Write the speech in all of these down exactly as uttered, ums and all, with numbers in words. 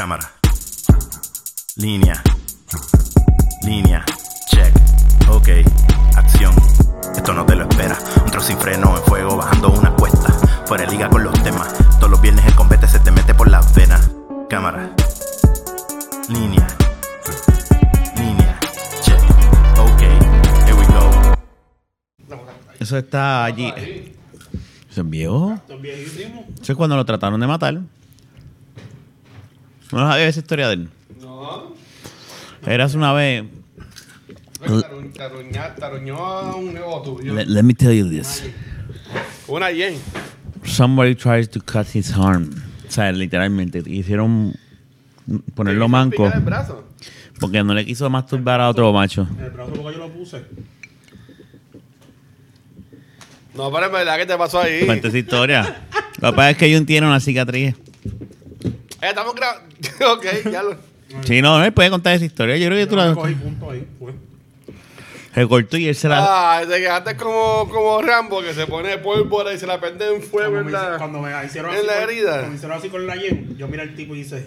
Cámara. Línea. Línea. Check. Ok. Acción. Esto no te lo espera. Un trozo sin freno en fuego bajando una cuesta. Fuera de liga con los temas. Todos los viernes el combate se te mete por las venas. Cámara. Línea. Línea. Check. Ok. Here we go. Eso está allí. ¿Eso es viejo? Eso es cuando lo trataron de matar. ¿No sabía esa historia de él? No. Eras una vez... Taruñó a un ego tuyo. Let, let me tell you this. Una yen. Somebody tries to cut his arm. O sea, literalmente hicieron ponerlo manco ¿El brazo? porque no le quiso masturbar a otro macho. El brazo porque yo lo puse. No, pero es verdad que te pasó ahí. Cuenta esa historia. Lo que pasa es que Jun tiene una cicatriz. Eh, estamos grabando. Ok, ya lo. Sí, no, él puede contar esa historia. Yo creo que Yo tú no la... me cogí punto ahí, pues. Se cortó y él se la... Ah, te quedaste como, como Rambo que se pone pólvora y se la prende en fuego Cuando en me, hice- la, cuando me hicieron en así la con- herida. cuando me hicieron así con la yen, yo mira al tipo y dice...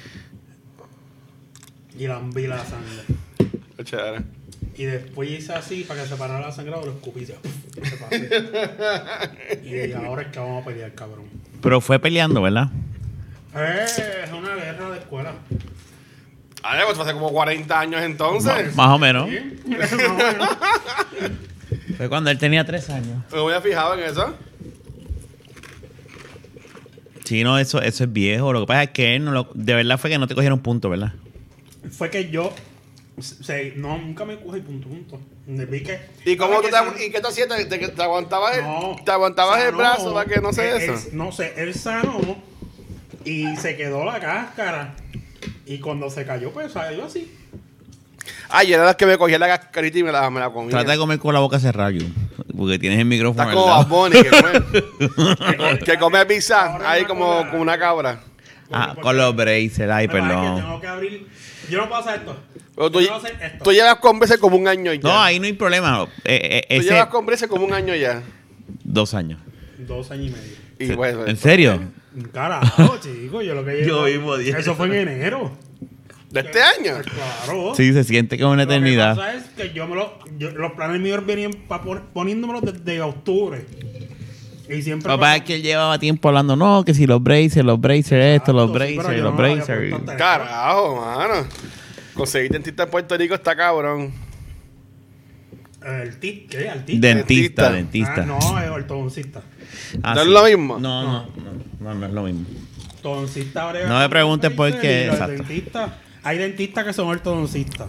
Y lambí la sangre. Qué chévere. Y después hice así para que se parara la sangre, lo escupí y se, y se pasé. Y ahora es que vamos a pelear, cabrón. Pero fue peleando, ¿verdad? Eh, es una guerra de escuela. A ver, pues hace como cuarenta años entonces. Más o menos. ¿Sí? Más o menos. Fue cuando él tenía tres años. Me voy a fijar en eso. Sí, no, eso, eso es viejo. Lo que pasa es que él no lo... De verdad fue que no te cogieron punto, ¿verdad? Fue que yo... Se, no, nunca me cogí punto, punto. Vi que, ¿Y cómo tú que te, san- y qué te hacías? ¿Te, te, te aguantabas el, No, te aguantabas el sanó. brazo para que no se Él- eso? él- no sé, él sanó y se quedó la cáscara. Y cuando se cayó, pues salió así. Ay, era la que me cogía la cascarita y me la, me la comía. Trata de comer con la boca cerrada, Jun, porque tienes el micrófono Está al como lado. Bad Bunny, que come, que come pizza Ahora ahí me como, acuerdo. como una cabra. Ah, con los braces. Ay, Lo que pasa es que perdón. tengo que abrir. Yo no puedo hacer esto. Pero tú, Yo no puedo hacer esto. tú llevas con veces como un año ya. No, ahí no hay problema. Eh, eh, Tú ese... llevas con veces como un año ya. Dos años. Dos años y medio. Y bueno, ¿En serio? Carajo, chico, yo lo que Yo llevo- mismo dije. Eso fue en enero. ¿de este año? Claro. Sí, se siente como una Lo que eternidad. pasa es que yo me lo, yo- los planes míos venían pa pon- poniéndomelo desde octubre. Y siempre. Lo que pasa es que él llevaba tiempo hablando, no, que si los bracers, los bracers, esto, los Exacto, sí, pero bracers, yo los no me había bracers. puesto hasta- Carajo, mano. Conseguir dentista en Puerto Rico está cabrón. El tit, ¿qué? Artista. Dentista, Dentista. dentista. Ah, no, es ortodoncista. Ah, ¿No es sí. lo mismo? No, no, no, no, no es lo mismo. Ortodoncista brega No me con preguntes por braces qué, y los exacto. dentistas- hay dentistas que son ortodoncistas.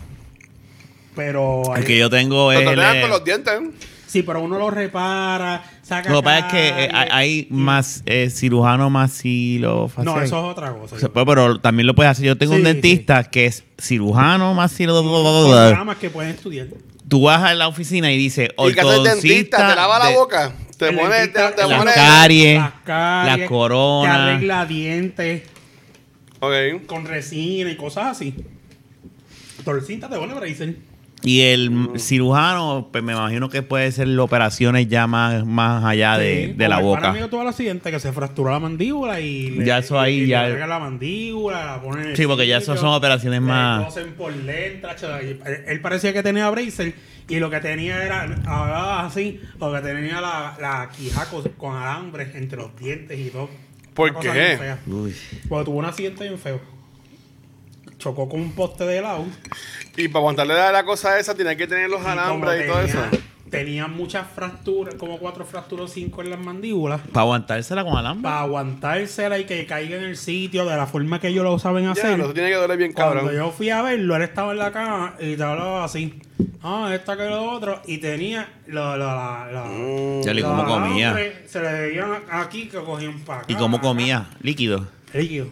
Pero. El hay- que yo tengo es... Pero te el, dejan eh, con los dientes, ¿eh? Sí, pero uno lo repara, saca. Lo que pasa es que eh, caries, hay, hay más eh, cirujano maxilofacial. No, eso es otra cosa. O sea, pero, pero también lo puedes hacer. Yo tengo Sí, un dentista que es cirujano Son maxilofacial. programas que pueden estudiar. Tú vas a la oficina y dice ¿Y qué hace el dentista? ¿Te lava la de- boca? ¿Te El pone, te, dentista- te las pone... caries, Las caries, la corona. Te arregla dientes Ok. con resina y cosas así. Torcita te pone bracer. Y el cirujano, pues me imagino que puede ser operaciones ya más, más allá de, Sí, de la como el boca. pana mío tuvo el accidente que se fracturó la mandíbula y le, Ya eso ahí y, y ya- le arregla la mandíbula, la pone en el Sí, porque ya sitio, eso son operaciones le más- cosen por dentro, chaval, y él, él parecía que tenía bracer y lo que tenía era, hablaba así, lo que tenía la, la quija con, con alambres entre los dientes y todo. ¿Por Una cosa qué? bien fea. Uy. Porque tuvo un accidente bien feo. Chocó con un poste de helado. Y para aguantarle la, la cosa esa, tienes que tener los Y como alambres y todo eso. tenía- Tenía muchas fracturas, como cuatro fracturas o cinco en las mandíbulas. Para aguantársela con alambre. Para aguantársela y que caiga en el sitio de la forma que ellos lo saben Ya, hacer. eso tiene que doler bien Cuando cabrón. yo fui a verlo, él estaba en la cama y te hablaba así. Ah, esta que lo otro. Y tenía lo, lo, la, la, Mm. Ya le los cómo comía. alambres, se le veían aquí que cogían para acá. ¿Y cómo comía? Líquido. Líquido.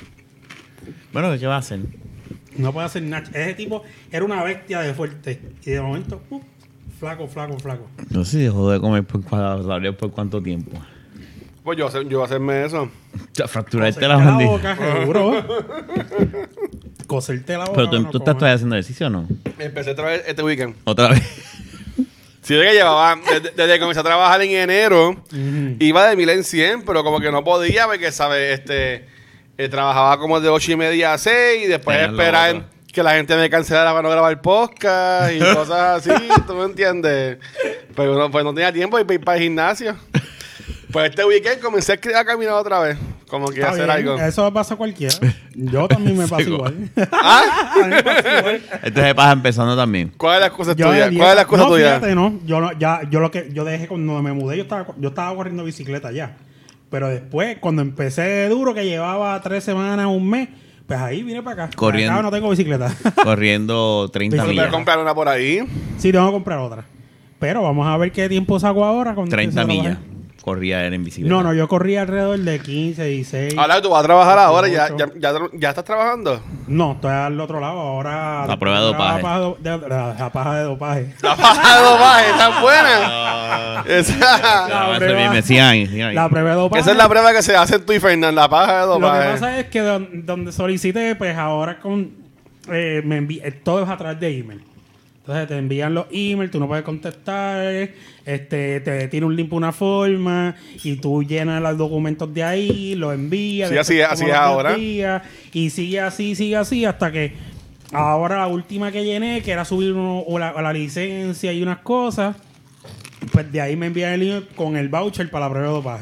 Bueno, ¿qué va a hacer? No puede hacer nada. Ese tipo era una bestia de fuerte. Y de momento, uh, flaco, flaco, flaco. No sé si dejó de comer por, cua- ¿sabría por cuánto tiempo. Pues yo, hacer- yo voy a hacerme eso. O sea, fracturarte Coserte la la mandíbula. boca, seguro. Coserte la boca. Pero tú, no tú estás comas. todavía haciendo ejercicio o no? Empecé otra vez este weekend. Otra vez. Sí, de que llevaba, desde, desde que comencé a trabajar en enero, Ujú. iba de mil en cien, pero como que no podía, porque, ¿sabes? Este, eh, trabajaba como de ocho y media a seis y después Tenían lo esperar otro. que la gente me cancelara para no grabar podcast y cosas así, ¿tú me entiendes? Pero no, pues no tenía tiempo de ir para el gimnasio. Pues este weekend comencé a, escri- a caminar otra vez, como que Está hacer bien, algo. Eso pasa a cualquiera. Yo también me paso Sí, igual. ¿Ah? A mí me pasa igual. Este se pasa empezando también. ¿Cuál es la excusa Yo tuya? de ¿Cuál es la dieta- excusa no, tuya? fíjate, no. Yo, no- ya, yo lo que yo dejé cuando me mudé, yo estaba, yo estaba corriendo bicicleta ya. Pero después, cuando empecé duro, que llevaba tres semanas, un mes, pues ahí vine para acá. Corriendo. Acá no tengo bicicleta. Corriendo treinta Bicicleta. Voy a millas. comprar una por ahí. Sí, tengo que comprar otra. Pero vamos a ver qué tiempo saco ahora. Con treinta que se millas. trabaje. Corría él en bicicleta. No, no, yo corrí alrededor de quince, dieciséis. Ahora tú vas a trabajar ahora, ya, ya, ocho. ya, ya estás trabajando. No, estoy al otro lado. Ahora. La prueba de dopaje. La paja de, de- la- la paja de dopaje. La paja de dopaje, tan buena. Ah, Esa, va a ser bien, me sigan ahí, sigan ahí. La prueba de dopaje. esa es la prueba que se hace tú y Fernán, la paja de Lo que dopaje. pasa es que don- donde solicité, pues ahora con eh, me envi- eh, todo es a través de email. Entonces te envían los emails, tú no puedes contestar, este, te tiene un link, una forma, y tú llenas los documentos de ahí, los envías. Sí, después así es, como así los es ahora. días, y sigue así, sigue así, hasta que ahora la última que llené, que era subir uno, o la, o la licencia y unas cosas, pues de ahí me envían el email con el voucher para la prueba de dopaje.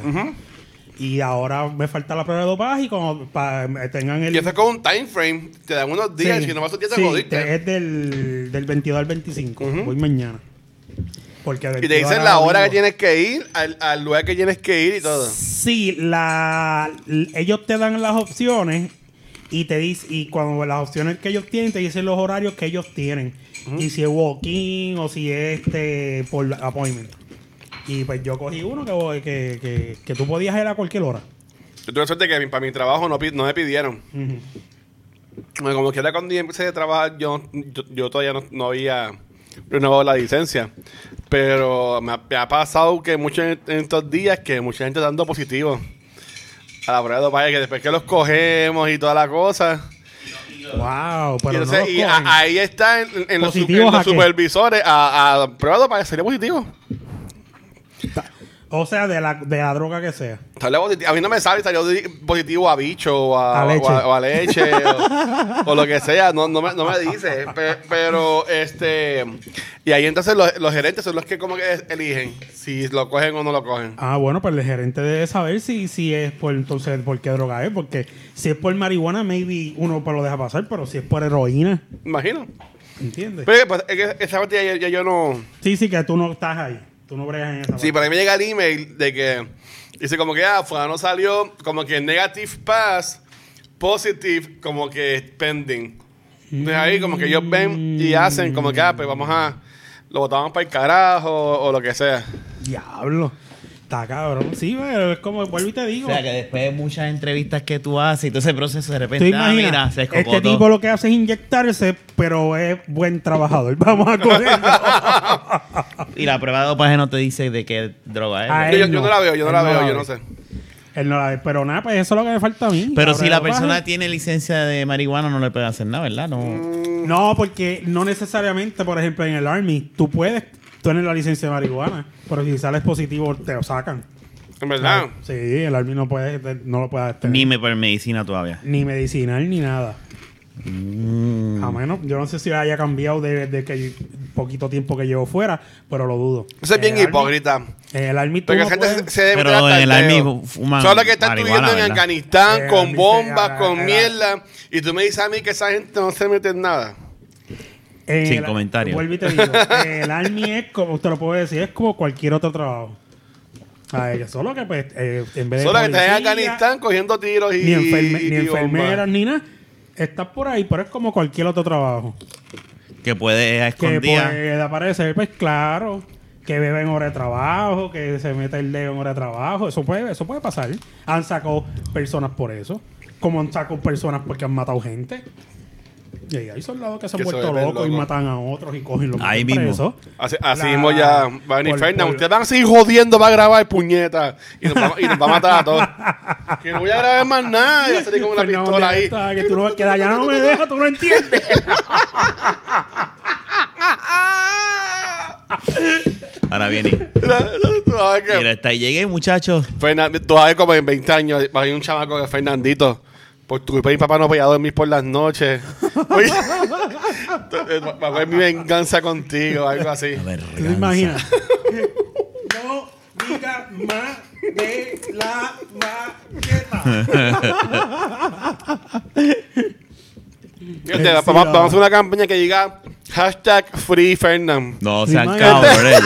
Y ahora me falta la prueba de dopaje y como pa- tengan el... Y eso es con un time frame, te dan unos días, Sí, y si no vas a días te sí, jodiste. te- es del, del veintidós al veinticinco. Ujú. Voy mañana. Porque el Y te veintidós dicen era la hora que domingo. tienes que ir, al, al lugar que tienes que ir y todo. Sí, la, l- ellos te dan las opciones y te dicen, y cuando las opciones que ellos tienen, te dicen los horarios que ellos tienen. Y si es walk-in o si es este por appointment. Y pues yo cogí uno que, voy- que, que, que tú podías ir a cualquier hora. Yo tuve suerte que mi- para mi trabajo no, pi- no me pidieron. Ujú. Bueno, como quiera, cuando yo empecé a trabajar, yo, yo, yo todavía no, no había renovado la licencia. Pero me ha, me ha pasado que muchos en, en estos días que mucha gente dando positivo a la prueba de dopaje, que después que los cogemos y toda la cosa. Wow, pero y no entonces, los y a- cogen. ahí está en, en los, su- en ¿Positivos los a qué? supervisores a, a prueba de dopaje, sería positivo. O sea, de la, de la droga que sea. Sale positivo. A mí no me sale, salió di- positivo a bicho o a, A leche. o a- o a leche o, o lo que sea. No, no, me, no me dice. Pe- pero, este. Y ahí entonces los, los gerentes son los que como que eligen si lo cogen o no lo cogen. Ah, bueno, pues el gerente debe saber si, si es por entonces por qué droga es, porque si es por marihuana, maybe uno pues lo deja pasar, pero si es por heroína, Imagino. ¿entiendes? Pero pues, es que esa parte ya, ya yo no. Sí, sí, que tú no estás ahí, tú no bregas en esa Sí, parte. para mí me llega el email de que dice como que ah, fulano salió como que negative pass, positive, como que pending. Entonces ahí como que ellos ven y hacen como que ah, pues vamos a lo botamos para el carajo o, o lo que sea. Diablo, está cabrón. Sí, pero es como, vuelvo y te digo. O sea, que después de muchas entrevistas que tú haces y todo ese proceso, de Tú repente, ah, imaginas, mira, se escocotó. este tipo lo que hace es inyectarse, pero es buen trabajador. Vamos a cogerlo. Y la prueba de dopaje no te dice de qué droga es. A ¿verdad? él Yo, yo no no. la veo, yo no Él la no veo, la yo ve. no sé. Él no la ve. Pero nada, pues eso es lo que me falta a mí. Pero si la prueba de persona dopaje. tiene licencia de marihuana, no le puede hacer nada, ¿verdad? No. No, porque no necesariamente, por ejemplo, en el Army, tú puedes tener la licencia de marihuana, pero si sales positivo, te lo sacan. En verdad. Sí, el Army no puede, no lo puede tener. Ni me por medicina todavía. Ni medicinal ni nada. Mm. A menos, yo no sé si haya cambiado desde que el poquito tiempo que llevo fuera, pero lo dudo. Eso es bien En el Army- hipócrita. En el Army tú Porque no la gente puedes- se, se debe Pero meter hasta en el Army dedo. fuman Son los que están marihuana, viviendo en ¿verdad? Afganistán Eh, con Army se- bombas, era- con era- mierda. Y tú me dices a mí que esa gente no se mete en nada. en Sin el- comentario. Vuelvo y te digo, el Army es como, te lo puedo decir, es como cualquier otro trabajo. A ellos, solo que pues, eh, en vez de Solo que estás en policía, Afganistán cogiendo tiros y. ni, enferme- y ni bombas. enfermeras, ni nada. Estás por ahí, pero es como cualquier otro trabajo. Que puede a Que escondida. puede aparecer, pues claro, que bebe en hora de trabajo, que se mete el dedo en hora de trabajo. Eso puede, eso puede pasar. Han sacado personas por eso. Como han sacado personas porque han matado gente. Y ahí hay soldados que se han Que se vuelto vuelven locos y locos. matan a otros y cogen los Ahí meten mismo. presos. Así, así La- mismo ya va a venir por- Fernan. por- Ustedes van a seguir jodiendo, va a grabar puñetas. Y nos va, y nos va a matar a todos. Que no voy a grabar más nada. Y va a salir con una Fernando, pistola ahí. está, que, tú no, que Dayana no me deja, tú no entiendes. Ahora viene. Tú sabes que- Mira, hasta ahí llegué, muchachos. Fernan- tú sabes como en veinte años va a ir un chamaco que Fernandito por tu culpa mi papá no podía dormir por las noches. Oye, va a ver mi venganza contigo, algo así. ¿Te imaginas? No digas más de la baqueta. Fíjate, vamos, vamos a hacer una campaña que diga hashtag Free Fernand. No Sí, sean man. cabrones.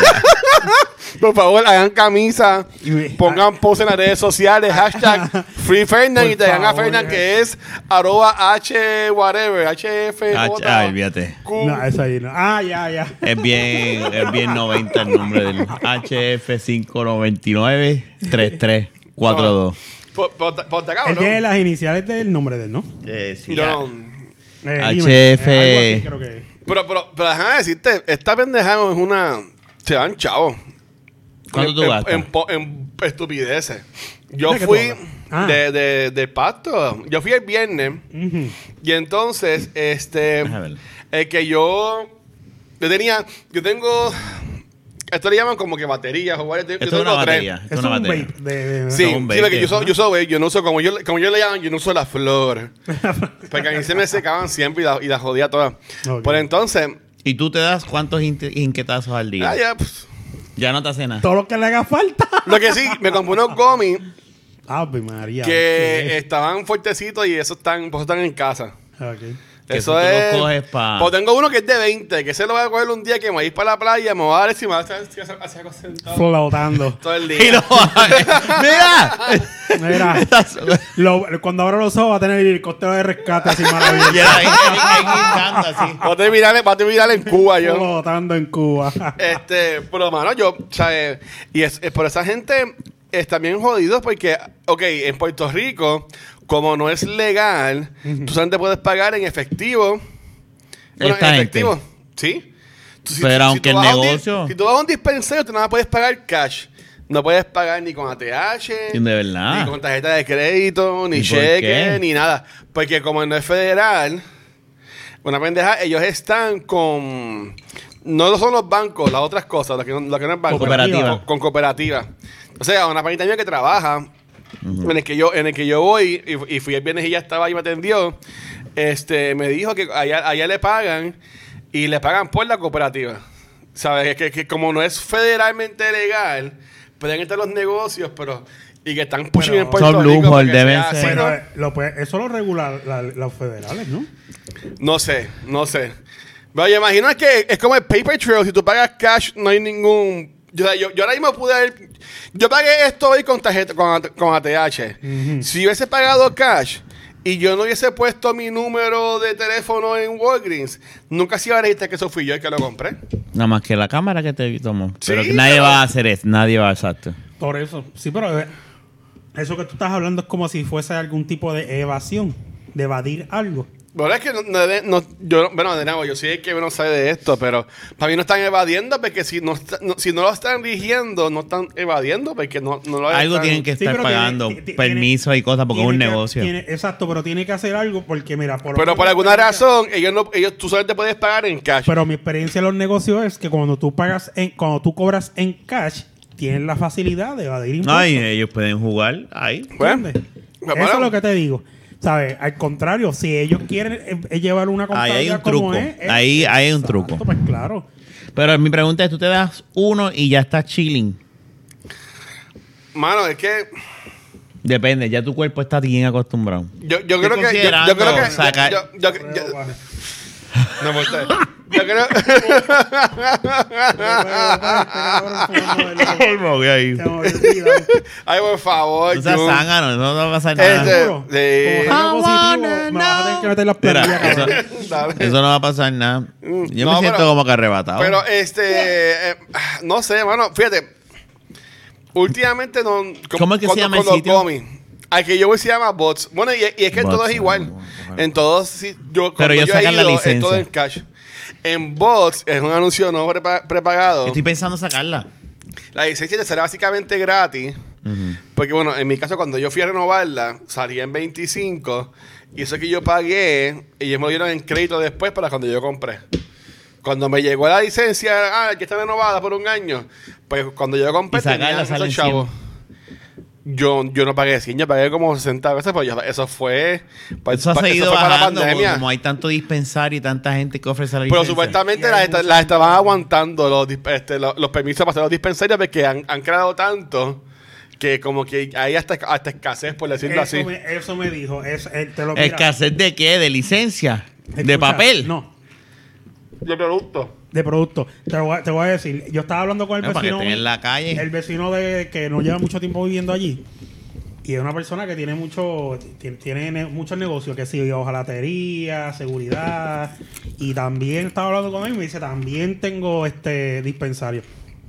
Por favor, hagan camisa, pongan post en las redes sociales, hashtag Free Fernand Por y te digan a favor, Fernand eh. que es arroba H whatever, H F J. Ay, olvídate. Q. No, eso ahí no. Ah, ya, ya. Es bien, es bien noventa el nombre del H F cinco nueve nueve tres tres cuatro dos. Por- por- Ponte acá, Él ¿no? tiene las iniciales del nombre de él, ¿no? Eh, sí, Yo ya. no- Eh, H dime. F. Eh, algo así creo que es. Pero, pero, pero déjame decirte, esta pendejada es una. Se van chavos. ¿Cuánto tú en, gastas? En, po- en estupideces. Yo ¿De qué fui tú hablas? Ah. de, de, de pasto. Yo fui el viernes. Ujú. Y entonces, este. Déjame ver. El que yo. Yo tenía. Yo tengo. Esto le llaman como que baterías o varias. Yo Esto es tengo una tres. batería. Esto Es es una un batería. vape. De, de- Sí, No, sí, un porque vape, yo, soy, ajá. yo soy vape, yo no uso, como yo, como yo le llaman, yo no uso las flores. Porque a mí se me secaban siempre y las y la jodía todas. Ok. Por entonces, ¿Y tú te das cuántos inte- inquietazos al día? ah, ya, pues, Ya no te hace nada. Todo lo que le haga falta. lo que sí, me compré unos gummies Ave María. que ¿qué? estaban fuertecitos y esos están, pues, están en casa. Ok. Que Eso eso tú lo es. coges pa- Pues tengo uno que es de veinte, que ese lo voy a coger un día que me voy a ir para la playa, me voy a dar encima, voy a hacer hacer- hacer algo sentado Flotando. todo el Y día. lo- ¡Mira! Mira, lo- cuando abra los ojos va a tener el helicóptero de rescate así Y maravilloso. era ahí- ahí- ahí guindando así. Va a terminar, va a terminar en Cuba yo. Flotando en Cuba. Este, pero mano, yo, o sea, eh, y es, es por esa gente están bien jodidos porque, ok, en Puerto Rico, como no es legal, tú solamente puedes pagar en efectivo. Bueno, Esta en gente. efectivo, ¿sí? Tú- si- Pero si aunque tú el vas a un di- negocio- Si tú vas a un dispensario, tú nada más puedes pagar cash. No puedes pagar ni con A T H, De verdad. ni con tarjeta de crédito, ni ¿Y por cheque, qué? ni nada. Porque como no es federal, una pendeja, ellos están con... No son los bancos, las otras cosas, lo que no, lo que no es banco. Cooperativa. Con, con cooperativa. O sea, una panita mía que trabaja, en, el que yo, en el que yo voy, y, y fui el viernes y ya estaba y me atendió, este, me dijo que allá, allá le pagan, y le pagan por la cooperativa. ¿Sabes? Que, que como no es federalmente legal, pueden estar los negocios, pero... Y que están pushing Pero- en Puerto Son Rico lujos, porque deben sea así, ser. Pero ¿no? eh, lo puede- eso lo regulan la- los federales, ¿no? No sé, no sé. Pero yo imagino es que es como el paper trail. Si tú pagas cash, no hay ningún... Yo, yo, yo ahora mismo pude haber... Yo pagué esto hoy con tarjeta, con, A- con A T H. Si hubiese pagado cash y yo no hubiese puesto mi número de teléfono en Walgreens, nunca se iba a registrar que eso fui yo el que lo compré. Nada más que la cámara que te tomó. Pero Sí, que nadie pero- va a hacer eso. Nadie va a exacto. Por eso. Sí, pero eh, eso que tú estás hablando es como si fuese algún tipo de evasión, de evadir algo. La verdad es que no, no- no- yo, bueno, de nuevo, yo sí que no sé de esto, pero para mí no están evadiendo porque si no, está- no- si no lo están rigiendo, no están evadiendo porque no, no lo Algo están- tienen que Sí, estar pero tiene- pagando ti- ti- permisos y cosas porque es un tiene que- negocio. tiene- exacto, pero tiene que hacer algo porque, mira, por Pero lo por menos alguna mi experiencia- razón, ellos no, ellos, tú solamente puedes pagar en cash. Pero mi experiencia en los negocios es que cuando tú pagas, en, cuando tú cobras en cash, tienes la facilidad de evadir impuestos. Ay, ellos pueden jugar ahí. Bueno, ¿Entiendes? pues, Eso bueno. es lo que te digo. ¿Sabes? Al contrario, si ellos quieren eh, eh, llevar una Ahí contabilidad hay un como truco. es, es- Ahí hay un Exacto, truco. Pues claro. Pero mi pregunta es, tú te das uno y ya estás chilling. Mano, es que Depende, ya tu cuerpo está bien acostumbrado. yo, yo Estoy creo que yo, considerando yo creo que sacar- yo, yo- yo- yo- no, pues, yo creo ay, por favor, O sea, Jun. zángano, no, no va a pasar nada. Este, Seguro. sí. Como salió positivo, me vas a tener que meter las Mira, planillas, eso, cabrón. Dale. eso no va a pasar nada. Yo No, me siento pero- como que arrebatado. Pero este, eh, no sé, mano, fíjate. Últimamente no. ¿Cómo es que se llama el con los sitio? gomis, al que yo voy se llama Bots. Bueno, y, y es que en Bots, todo es igual. no, no, no. En todos, sí, yo, Pero cuando ellos yo he sacan la ido, es licencia. todo en cash. En Bots es un anuncio no prepa- prepagado. Estoy pensando sacarla. La licencia te será básicamente gratis. Porque, bueno, en mi caso, cuando yo fui a renovarla, salía en veinticinco. Y eso que yo pagué, ellos me lo dieron en crédito después para cuando yo compré. Cuando me llegó la licencia, ah, que está renovada por un año, pues cuando yo compré, Y sacarla tenía sale esos en chavos. Yo, yo no pagué cien, yo pagué como sesenta veces, pero yo, eso fue... Pa, Eso ha pa, seguido eso fue bajando, para la pandemia. como hay tanto dispensario y tanta gente que ofrece la Pero licencia. supuestamente Y las, hay esta- mucha las gente- estaban aguantando los, dis- este, los, los permisos para hacer los dispensarios porque han, han creado tanto que como que hay hasta, hasta escasez, por decirlo Eso así. me, eso me dijo. Es, él te lo mira. ¿Escasez de qué? ¿De licencia? ¿De Escucha, papel? No, De producto. de producto. Te voy, a, te voy a decir. Yo estaba hablando con el No, para que vecino. estén en la calle. El vecino de que no lleva mucho tiempo viviendo allí. Y es una persona que tiene mucho tiene, tiene ne- muchos negocios, que sí, hojalatería, seguridad. Y también estaba hablando con él y me dice, también tengo este dispensario.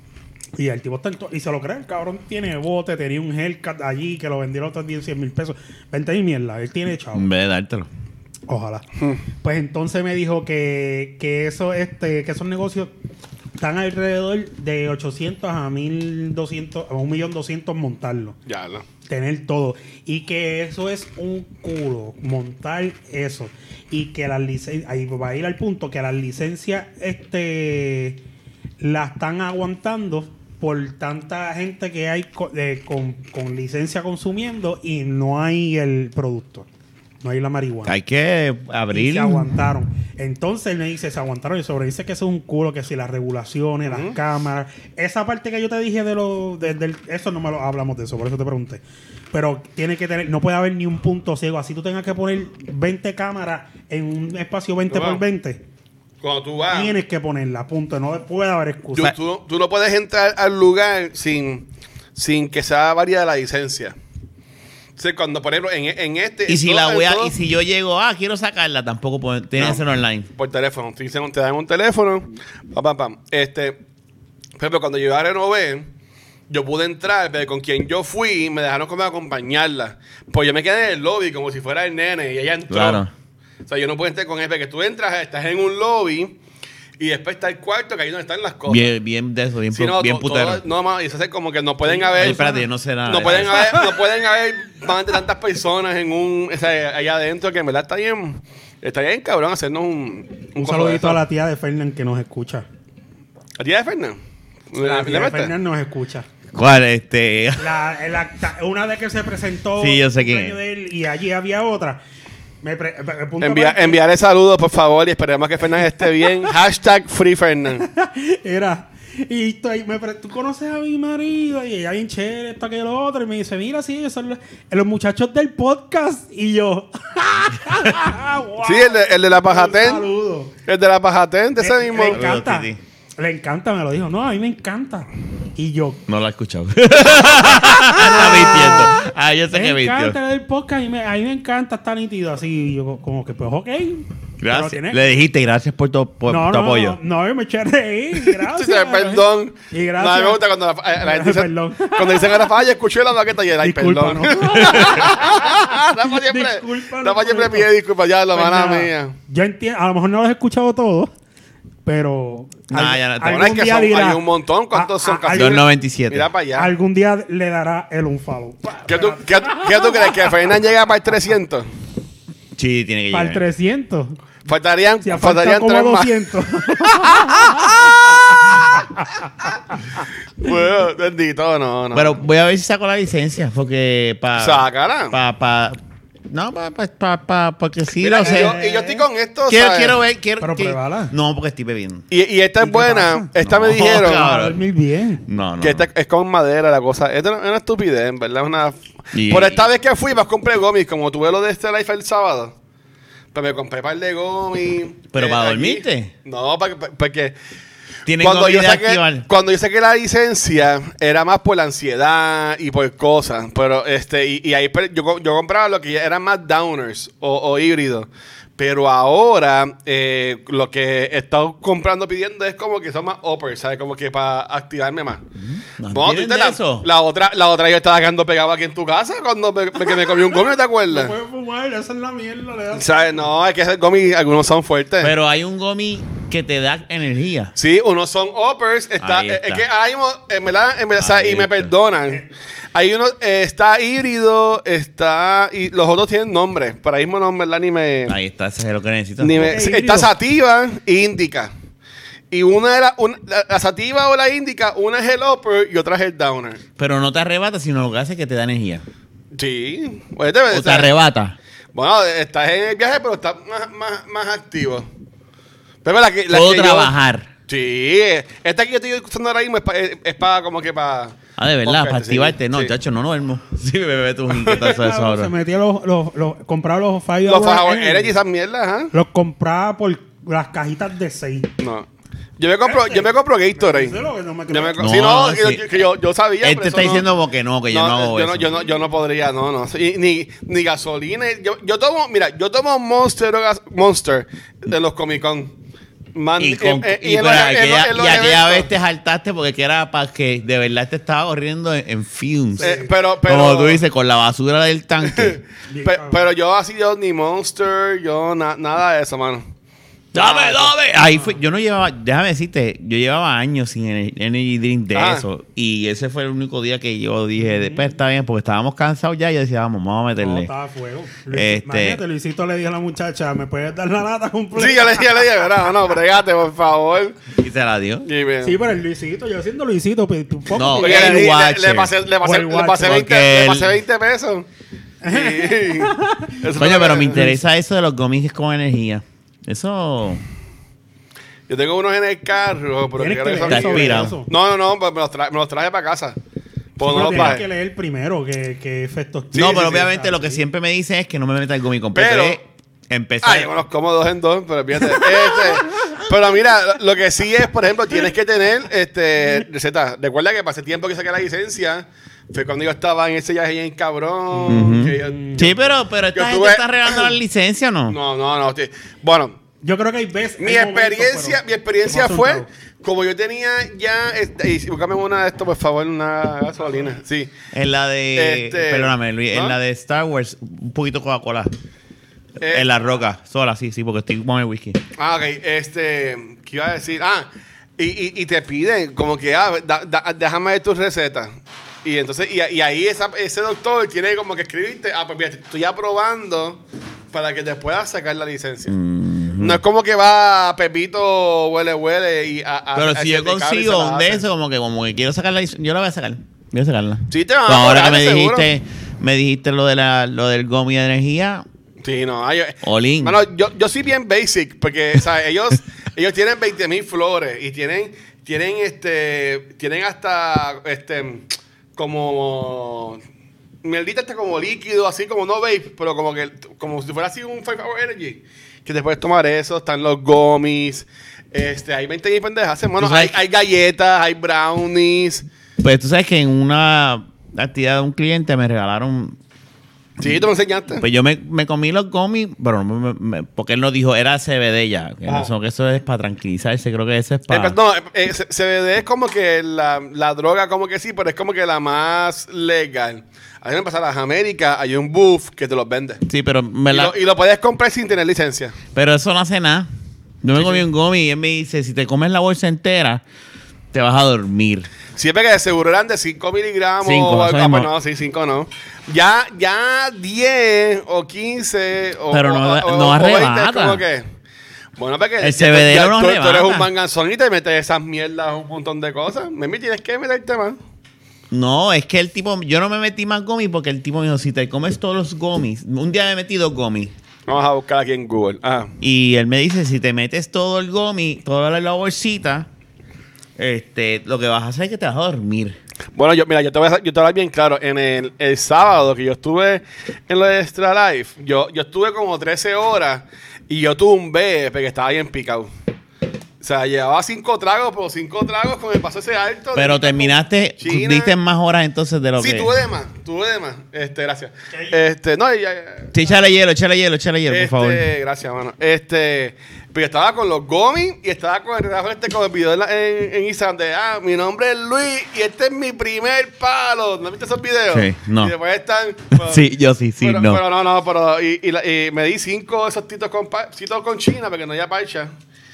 Y el tipo está en to- y se lo cree, el cabrón tiene bote, tenía un Hellcat allí que lo vendió el otro día en cien mil pesos. Vente y mierda, él tiene chavo. En vez de dártelo. Ojalá. Pues entonces me dijo que, que eso, este, que esos negocios están alrededor de ochocientos a mil doscientos, a un millón doscientos montarlo. Ya, ¿no? Tener todo. Y que eso es un culo, montar eso. Y que las licencias, ahí va a ir al punto, que las licencias, este, las están aguantando por tanta gente que hay co- eh, con, con licencia consumiendo y no hay el producto. No hay la marihuana. Hay que Y abrir. se aguantaron. Entonces él me dice, se aguantaron. Y sobre dice que eso es un culo, que si las regulaciones, las cámaras. Esa parte que yo te dije de lo de, del- eso no me lo hablamos de eso, por eso te pregunté. Pero tiene que tener, no puede haber ni un punto ciego. Así tú tengas que poner veinte cámaras en un espacio veinte Wow. por veinte. Cuando tú vas... Tienes que ponerla, punto. No puede haber excusa. Tú, tú, tú no puedes entrar al lugar sin, sin que sea válida la licencia. O sea, cuando, por ejemplo, en, en este... Y si en la todo- voy en a, todo- y si yo llego, ah, quiero sacarla, tampoco puedo- tiene que No. ser online. Por teléfono. Te, dicen, te dan un teléfono. Pam, pam, pam. Este, por ejemplo, cuando yo la renové, yo pude entrar, pero con quien yo fui, me dejaron como acompañarla. Pues yo me quedé en el lobby como si fuera el nene y ella entró. Claro. O sea, yo no puedo entrar con él, porque tú entras, estás en un lobby y después está el cuarto, que ahí donde están las cosas. Bien, bien de eso, bien, Sí, pu- no, bien to- putero. todo- no, ma, y se hace como que no pueden haber. Ay, espérate, yo no sé nada No de pueden eso. haber, no pueden haber más de tantas personas en un, o sea, allá adentro, que en verdad está bien, está bien cabrón hacernos un, Un coso de saludito eso. a la tía de Fernán que nos escucha. ¿La tía de Fernan? La ¿Le tía de mete? Fernán nos escucha. ¿Cuál? Este. La, el acta- una vez que se presentó Sí, yo sé el quién cumpleaños es. de él y allí había otra. Me pre- el punto Envía, aparte enviarle saludos, por favor, y esperemos que Fernan esté bien. Hashtag Free Fernan. era. Y estoy- me pre- tú conoces a mi marido y ella bien chévere, esto que lo otro. Y me dice, mira, sí, ellos son los, los muchachos del podcast. Y yo, wow. Sí, el de, el de la Un Pajatén. saludo. El de la Pajatén, de ese Le, mismo. le encanta. Titi. Le encanta, me lo dijo. No, a mí me encanta. Y yo, No lo he escuchado. Está mintiendo. Ah, yo sé me que mintió. encanta el podcast y me, a mí me encanta, está nítido así. Y yo, como que, pues, ok. Pero Gracias. tiene- Le dijiste gracias por tu, por no, tu no, apoyo. no, no, me eché a reír. Gracias. Sí, perdón. Y No, a gracias. mí me gusta cuando la, eh, la gente dice, Perdón. cuando dicen a Rafa, ay, escuché la baqueta y él, ay, Disculpa, perdón. ¿no? Rafa siempre, Disculpa, Rafa no siempre puedo. pide disculpas, ya, la Pues mala nada, mía. Yo entiendo, a lo mejor no los he escuchado todos, pero Nah, al- ya no te- algún Bueno, es que día son- dirá- hay un montón. ¿Cuántos a- son? a- Casi- dos noventa y siete. Mira para allá. algún día le dará el un follow. ¿Qué tú, qué, qué tú crees? ¿Que Fernan llega para el trescientos? Sí, tiene que Para el llegar. trescientos. Faltarían, Si falta faltarían como tres más. doscientos. Bueno, bendito, no, no. Pero voy a ver si saco la licencia, porque para... Sácala. Pa, pa, no, pa, pa, pa, pa- porque sí, Mira, lo y sé. yo, y yo estoy con esto, quiero, ¿sabes? quiero ver, quiero... Pero que- pruébala. No, porque estoy bebiendo. Y, y esta ¿Y es qué buena. pasa? Esta me No, dijeron cabrón. Para dormir bien. No, no. que esta es con madera la cosa. Esta no- es una estupidez, en verdad. Es una... Y- Por esta vez que fui, me compré gomis. Como tuve lo de este life el sábado, pues me compré un par de gomis. ¿Pero para aquí. dormirte? No, para- para- porque... Tienen Cuando yo, comida saqué, activar. cuando yo saqué la licencia, era más por la ansiedad y por cosas. Pero este, y, y ahí per- yo, co- yo compraba lo que eran más downers o, o híbridos. Pero ahora eh, lo que he estado comprando, pidiendo es como que son más uppers, ¿sabes? Como que para activarme más. ¿No Bueno, tú entienden viste la, eso? la otra, la otra yo estaba quedando pegado aquí en tu casa cuando me, que me comí un gomi, ¿te acuerdas? Puedes fumar, esa es la mierda. Le das- ¿Sabes? No, es que esos gomis, algunos son fuertes. Pero hay un gomi que te da energía. Sí, unos son uppers. Está, Ahí es- está. Es que hay, mo- en verdad, en verdad, o sea, Ahí y me está. perdonan. Hay uno, eh, está híbrido, está, y los otros tienen nombre. Para mismo nombre, ¿verdad? Ni me, Ahí está, ese es lo que necesito. ni me- Ok, sí, híbrido. está sativa e indica. Y una era una, la, la sativa o la índica, una es el upper y otra es el downer. Pero no te arrebata, sino lo que hace es que te da energía. Sí. Pues te, O te arrebata. Bueno, estás en el viaje, pero estás más, más, más activo. Pero la que, la Puedo que trabajar. Yo, sí. Esta que yo estoy usando ahora mismo es para es pa, como que para... Ah, de verdad, para activarte. Sí, no, sí. chacho, no duermo. Sí, bebé, tus inquietazos eso Se ahora. metía los, los, los, compraba los Fire Los Power Energy, esas mierdas, ¿ah? Los compraba por las cajitas de seis. No. Yo me compro, yo me compro Gatorade. Eso es lo que no me Yo me, creo. No, sí, no, sí. que yo, que yo, yo sabía. Este pero está eso no- diciendo porque no, que yo no hago yo eso. No, yo, no, yo no podría, no, no. Y, ni, ni gasolina. Yo, yo tomo, mira, yo tomo Monster, o gas- Monster de los Comic Con. Man- Y, con, eh, eh, y, en por los- aquella, en los- en los y aquella vez eventos. te saltaste porque que era para que de verdad te estaba corriendo en, en fumes. Eh, pero, pero, Como tú dices, con la basura del tanque. pe- pero yo así, yo ni Monster, yo na- nada de eso, mano. ¡Dame, Nada. dame! Ahí fue, yo no llevaba, déjame decirte, yo llevaba años sin ener- energy drink de Ah. eso. Y ese fue el único día que yo dije, después está bien, porque estábamos cansados ya. Y yo decía, vamos, vamos a No, meterle. estaba a fuego. Luis, Este- Imagínate, Luisito le dijo a la muchacha, ¿me puedes dar la lata completa? Sí, yo le dije, yo le dije, ¿verdad? No, bregate, por favor. Y se la dio. Y bien. Sí, pero el Luisito, yo siendo Luisito, pues, un poco No, que- Oye, le, el di- le- Watcher. le pasé, le pasé, O el le pasé Watcher. veinte, Porque le el- pasé veinte pesos. Sí. Eso Coño, fue pero lo me que- interesa eso de los gomis con energía. Eso. Yo tengo unos en el carro, pero Tienes creo que que son leer sobre inspirado. eso. No, no, no, pues me los, tra me los traje para casa. Pues Sí, no pero los tienes bajé. que leer primero qué, qué efectos Sí, no, sí, pero sí, obviamente sí. lo que siempre me dicen es que no me meta el gomi completo. Pero- es empezar. Ah, yo me los como dos en dos, pero fíjate. este, pero mira, lo que sí es, por ejemplo, tienes que tener este receta. Recuerda que para ese tiempo que saqué la licencia, fue cuando yo estaba en ese viaje en cabrón. Ujú. que yo- Sí, yo- pero, pero esta yo gente tuve- está regalando la licencia, ¿o no? No, no, no. sí. Bueno, Yo creo que hay veces. mi hay momentos, experiencia, pero mi experiencia no hace un fue, trago. como yo tenía ya, este, y búscame una de esto, por favor, una gasolina. Sí. En la de. Este, perdóname, Luis. ¿no? En la de Star Wars, un poquito Coca-Cola. Eh, en la roca, sola, sí, sí, porque estoy con el whisky. Ah, ok. Este, ¿qué iba a decir? Ah, y, y, y te piden como que, ah, da- da- déjame ver tu receta. Y entonces, y, y ahí esa- ese doctor tiene como que escribirte, ah, pues mira, te estoy aprobando para que te puedas sacar la licencia. No es como que va Pepito huele huele y a, a- Pero a si yo certificar y se consigo la un de hace. esos, como que, como que quiero sacar la licencia, yo la voy a sacar. Voy a sacarla. Sí, te van a Pero ahora que cobrar, me seguro. dijiste, me dijiste lo de la, lo del gomi de energía, Sí, no. Ay, yo, Olin. Mano, yo, yo soy bien basic, porque, ¿sabes? Ellos, ellos tienen veinte mil flores y tienen, tienen, este, tienen hasta, este, como, mierdita está como líquido, así como no vape, pero como que, como si fuera así un five hour energy, que te puedes tomar eso, están los gummies, este, hay veinte mil pendejas, bueno, ¿Tú sabes hay, hay galletas, hay brownies. pues tú sabes que en una actividad de un cliente me regalaron. Sí, tú me enseñaste. Pues yo me, me comí los gomis, pero no me- me- porque él nos dijo, era C B D ya. Que, Ah. eso, que eso es para tranquilizarse, creo que eso es Eh, para. pues, no, eh, eh, C- CBD es como que la, la droga, como que sí, pero es como que la más legal. Hay en Pasar a las Américas, hay un booth que te los vende. Sí, pero me Y la- lo, y lo puedes comprar sin tener licencia. pero eso no hace nada. Yo me comí un gomi y él me dice, si te comes la bolsa entera, te vas a dormir. Siempre que de seguro eran de cinco miligramos. Cinco, o eso algo- ah, pues mismo. no, sí, cinco no. Ya, ya diez o quince o, Pero o- no- o- no o veinte, es arrebata. como que... Bueno, porque El C B D ya no tú, tú arrebata. eres un manganzón y te metes esas mierdas, un montón de cosas. Memi, tienes que meterte más. No, es que el tipo, yo no me metí más gomis porque el tipo me dijo, si te comes todos los gomis, un día me metí dos gomis. Vamos a buscar aquí en Google. Ah. Y él me dice, si te metes todo el gomi, toda la, la bolsita, este, lo que vas a hacer es que te vas a dormir. Bueno, yo, mira, yo te voy a, yo te voy a dar bien claro. En el, el sábado que yo estuve en lo de Extra Life, yo, yo estuve como trece horas y yo tumbé porque estaba bien picado. O sea, llevaba cinco tragos, pero cinco tragos con el paso ese alto. Pero de- terminaste, China. diste más horas entonces de lo Sí, que... tuve de más, tuve de más. Este, gracias. Este, no, ya, ya- Sí, échale hielo, échale hielo, échale hielo, este, por favor. Gracias, mano. Este, pero yo estaba con los gomis y estaba con el relajo este con el video en, la- en, en Instagram de, ah, mi nombre es Luis y este es mi primer palo. ¿No viste esos videos? Sí, no. Y después están... bueno, Sí, yo sí, sí, pero, no. Pero no, no, pero y, y la- y me di cinco de esos titos con, pa- titos con China porque no había parcha.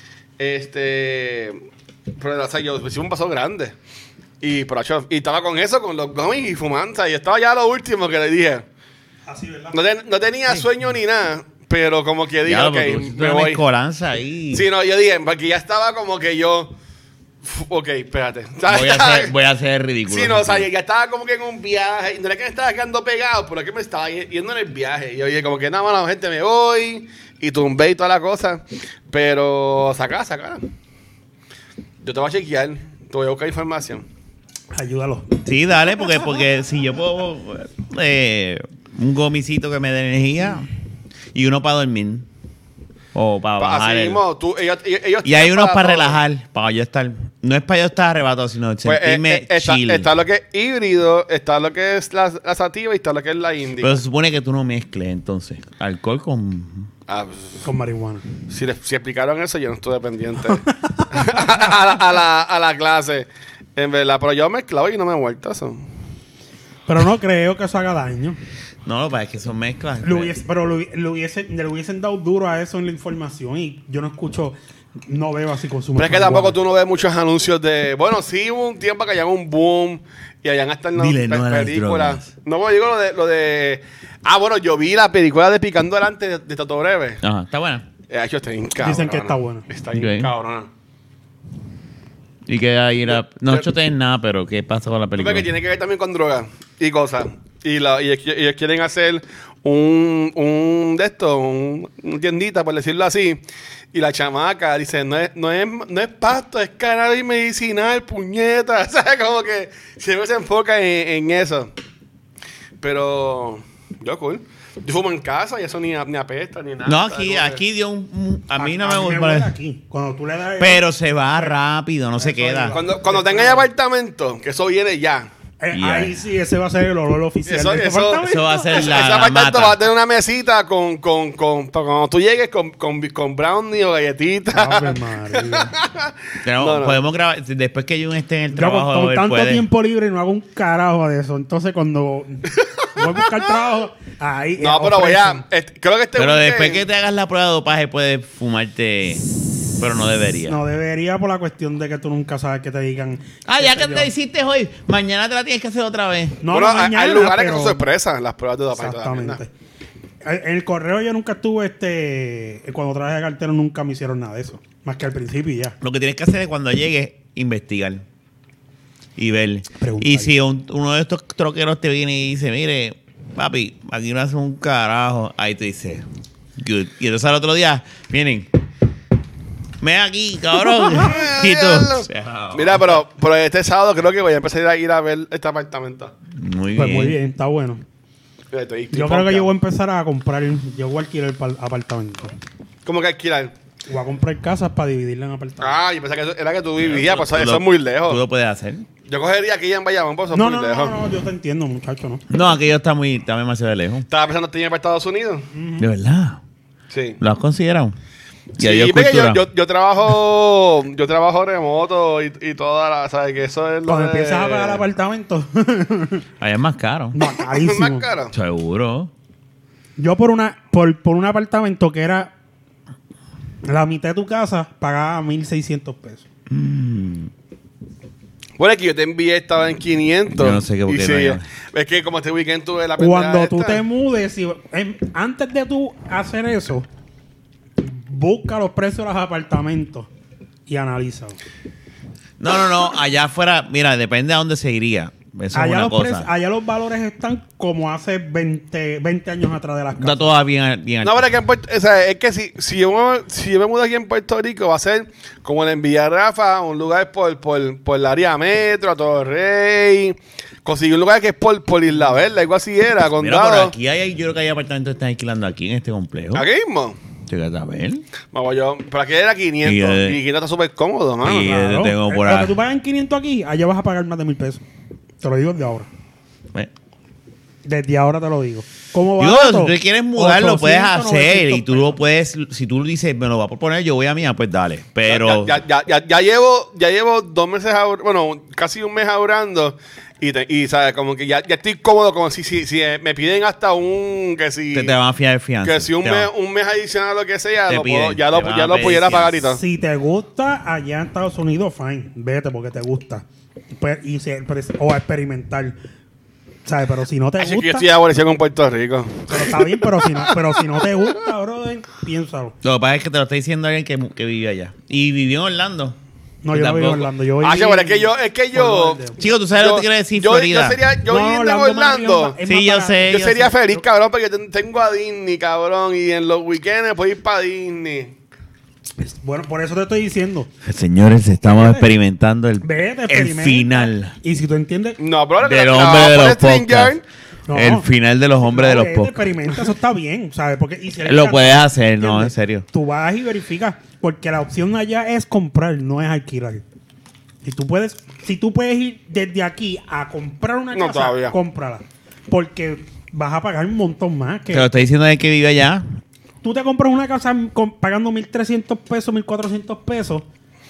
Este, pero, o sea, yo hice un paso grande. Y, pero, acho, y estaba con eso, con los gomis y fumando. O sea, y estaba ya lo último que le dije. Así, ¿verdad? No, ten- no tenía sueño ni nada, Pero como que dije, Ya, ok, porque pusiste me una voy. mezcolanza ahí. Sí, no, yo dije, porque ya estaba como que yo... Ok, espérate. Voy a hacer, voy a hacer ridículo. Sí, no, o sea, ya estaba como que en un viaje. Y no era que me estaba quedando pegado, pero es que me estaba yendo en el viaje. Y yo dije, como que nada más la gente me voy. Y tumbé y toda la cosa. Pero saca, saca. Yo te voy a chequear. Te voy a buscar información. Ayúdalo. Sí, dale, porque, porque si yo puedo eh, un gomicito que me dé energía y uno para dormir o para bajar. Así el- mismo, tú, ellos, ellos, ellos Y hay tienen unos para todo. relajar, para yo estar. No es para yo estar arrebatado, sino Pues, eh, sentirme eh, está, chill. está lo que es híbrido, está lo que es la, la sativa y está lo que es la índica. Pero se supone que tú no mezcles entonces alcohol con. Ah, pues, Con marihuana. si, les, si explicaron eso, yo no estuve pendiente a, la, a, la, a la clase. En verdad, pero yo mezclado y no me he vuelto eso. Pero no creo que eso haga daño. No, lo que pasa es que son mezclas. Lo hubiese- pero lo, lo hubiese- le hubiesen dado duro a eso en la información y yo no escucho, no veo así consumo. Pero es que tampoco tú no ves muchos anuncios de... Bueno, sí hubo un tiempo que había un boom y habían hasta en las Dile no a las películas. drogas. No, pero digo lo de, lo de... Ah, bueno, yo vi la película de Picando Delante de, de Tato Breve. Ajá, está buena. Eh, hecho, está bien cabrona. Dicen que está buena. Está bien Ok. cabrona. Y que ahí era. No chotees nada, pero ¿qué pasa con la Tú película? ves que tiene que ver también con drogas y cosas. Y, la, y ellos, ellos quieren hacer un, un de esto, un, un tiendita, por decirlo así. Y la chamaca dice, no es, no es, no es pasto, es cannabis medicinal, puñeta. ¿Sabes? Como que siempre se enfoca en, en eso. Pero, yo cool. Yo fumo en casa y eso ni, ni apesta ni nada. No, ¿sabes? aquí, Como que- aquí dio un, un- A mí no me huele gusta. aquí. Cuando tú le das... Pero se va rápido, no se Eso queda. iba. Cuando, cuando tenga el apartamento, que eso viene ya. Eh, Yeah. Ahí sí, ese va a ser el olor oficial. Eso- del eso- departamento. Eso va a ser Ese la, la apartamento mata. va a tener una mesita con, con, con, para cuando tú llegues con, con, con brownie o galletitas. Ave María. Tenemos- No, no. Podemos grabar. Después que Jun esté en el Yo trabajo, con, con él tanto puede- tiempo libre no hago un carajo de eso. Entonces cuando voy a buscar trabajo, ahí No, eh, pero voy a. ofrecen. est- creo que este Pero weekend- después que te hagas la prueba de dopaje, puedes fumarte. Pero no debería. No debería por la cuestión de que tú nunca sabes que te digan. Ah, qué ya sé que yo. te hiciste hoy, mañana te la tienes que hacer otra vez. No, Bueno, no, hay- mañana, hay lugares que pero- son sorpresas, las pruebas de dopaje. y toda la Exactamente. mierda. En el correo yo nunca estuve, este, cuando trabajé de cartero nunca me hicieron nada de eso. Más que al principio y ya. Lo que tienes que hacer es cuando llegues, investigar. Y ver. Preguntar. Y si un- uno de estos troqueros te viene y dice, mire, papi, aquí no hace un carajo. Ahí te dice, good. Y entonces al otro día vienen. Ven aquí, cabrón. Y tú, Diablo. Mira, pero, pero este sábado creo que voy a empezar a ir a ver este apartamento. Muy Pues bien. muy bien, está bueno. Mira, estoy- estoy Yo creo que pompeado. yo voy a empezar a comprar, yo voy a alquilar el par- apartamento. ¿Cómo que alquilar? Voy a comprar casas para dividirla en apartamentos. Ah, yo pensaba que eso- era que tú vivías, pues Tú eso lo- es muy Tú lejos. lo puedes hacer. Yo cogería aquí en Bayamón, pues eso es no, muy no, no, lejos. no, yo te entiendo, muchacho, ¿no? No, aquello está muy, está demasiado lejos. Estaba pensando en ir para Estados Unidos. De verdad. Sí. ¿Lo has considerado? Y Sí, adiós porque yo, cultura. yo, yo trabajo yo trabajo remoto y, y toda la, ¿sabes? Que eso es lo Cuando de- empiezas a pagar apartamento, Allá es más caro. no, ¿Es carísimo. más caro? Seguro. Yo por una por, por un apartamento que era la mitad de tu casa, pagaba mil seiscientos pesos. Bueno, es que yo te envié, estaba en quinientos. Yo no sé qué por Y qué sí, no hay. es que como este weekend tuve la pendeja Cuando tú esta. te mudes, si- em, antes de tú hacer eso, busca los precios de los apartamentos y analízalos. No, no, no. Allá afuera, mira, depende a dónde se iría. Eso es Allá una los, cosa. preci- allá los valores están como hace veinte, veinte años atrás de las Está casas. todavía bien, bien No, alto. pero es que en Puerto, o sea, es que si, si, yo, me- si yo me mudo aquí en Puerto Rico, va a ser como en Villa Rafa, un lugar por, por, por el área metro, a Torrey. Conseguí un lugar que es por, por Isla Verde, algo así era, Mira, condado. por aquí hay, yo creo que hay apartamentos que están alquilando aquí en este complejo. ¿Aquí mismo? Fíjate a ver. Vamos, yo, pero aquí era quinientos. Y, Y, eh, quinientos está súper cómodo, mano. y, eh, Claro. tengo por Eh, Lo ahí. que tú pagas en quinientos aquí, allá vas a pagar más de mil pesos. Te lo digo desde ahora. Eh. Desde ahora te lo digo. ¿Cómo Digo, barato? si tú quieres mudar, lo puedes ochocientos, hacer. novecientos Y tú lo puedes, si tú dices, me lo va a proponer, yo voy a mía, pues dale. Pero. Ya, ya, ya, ya llevo, ya llevo dos meses, ahor- bueno, casi un mes ahorrando. Y, te- y ¿sabes? Como que ya, ya estoy cómodo, como si, si, si me piden hasta un, que si... te, te van a fiar fianza. Que si un Te mes, van- un mes adicional o lo que sea, Te lo piden, puedo- ya te lo, van ya a lo pedir pudiera pagar y fianza. todo. Si te gusta allá en Estados Unidos, fine. Vete porque te gusta. Pues, y si- pero es- o a experimentar. ¿Sabes? Pero si no te Así que yo gusta... estoy aborrecido con Puerto Rico. Pero está bien, pero si no, pero si no te gusta, brother, piénsalo. Lo que pasa es que te lo está diciendo alguien que, que vive allá. Y vivió en Orlando. No, Que yo no vivo en tampoco. Orlando. Yo Ah, viví sí, pero es que en- yo, es que yo, Fort Lauderdale. Chico, ¿tú sabes yo, lo que quiere decir yo, Florida? yo sería, yo No, viviendo en Orlando más Orlando, arriba, es Sí, más yo barato. sé. yo yo sería sé. feliz, cabrón, porque ten- tengo a Disney, cabrón, y en los weekends puedo ir para Disney. Bueno, por eso te estoy diciendo. Señores, estamos experimentando el, Vete, el experimenta. final Y si tú entiendes... No, bro, del la- hombre la- de por los StreamYard, podcasts. No. El final de los hombres no, de los vete, podcasts. experimenta, eso está bien, ¿sabes? Porque y si le Lo encanta, puedes hacer, no, ¿entiendes? en serio. Tú vas y verificas, porque la opción allá es comprar, no es alquilar. Y tú puedes, si tú puedes ir desde aquí a comprar una No, casa, todavía. cómprala. Porque vas a pagar un montón más. Que Te lo está diciendo alguien que vive allá. tú te compras una casa con- pagando mil trescientos pesos, mil cuatrocientos pesos,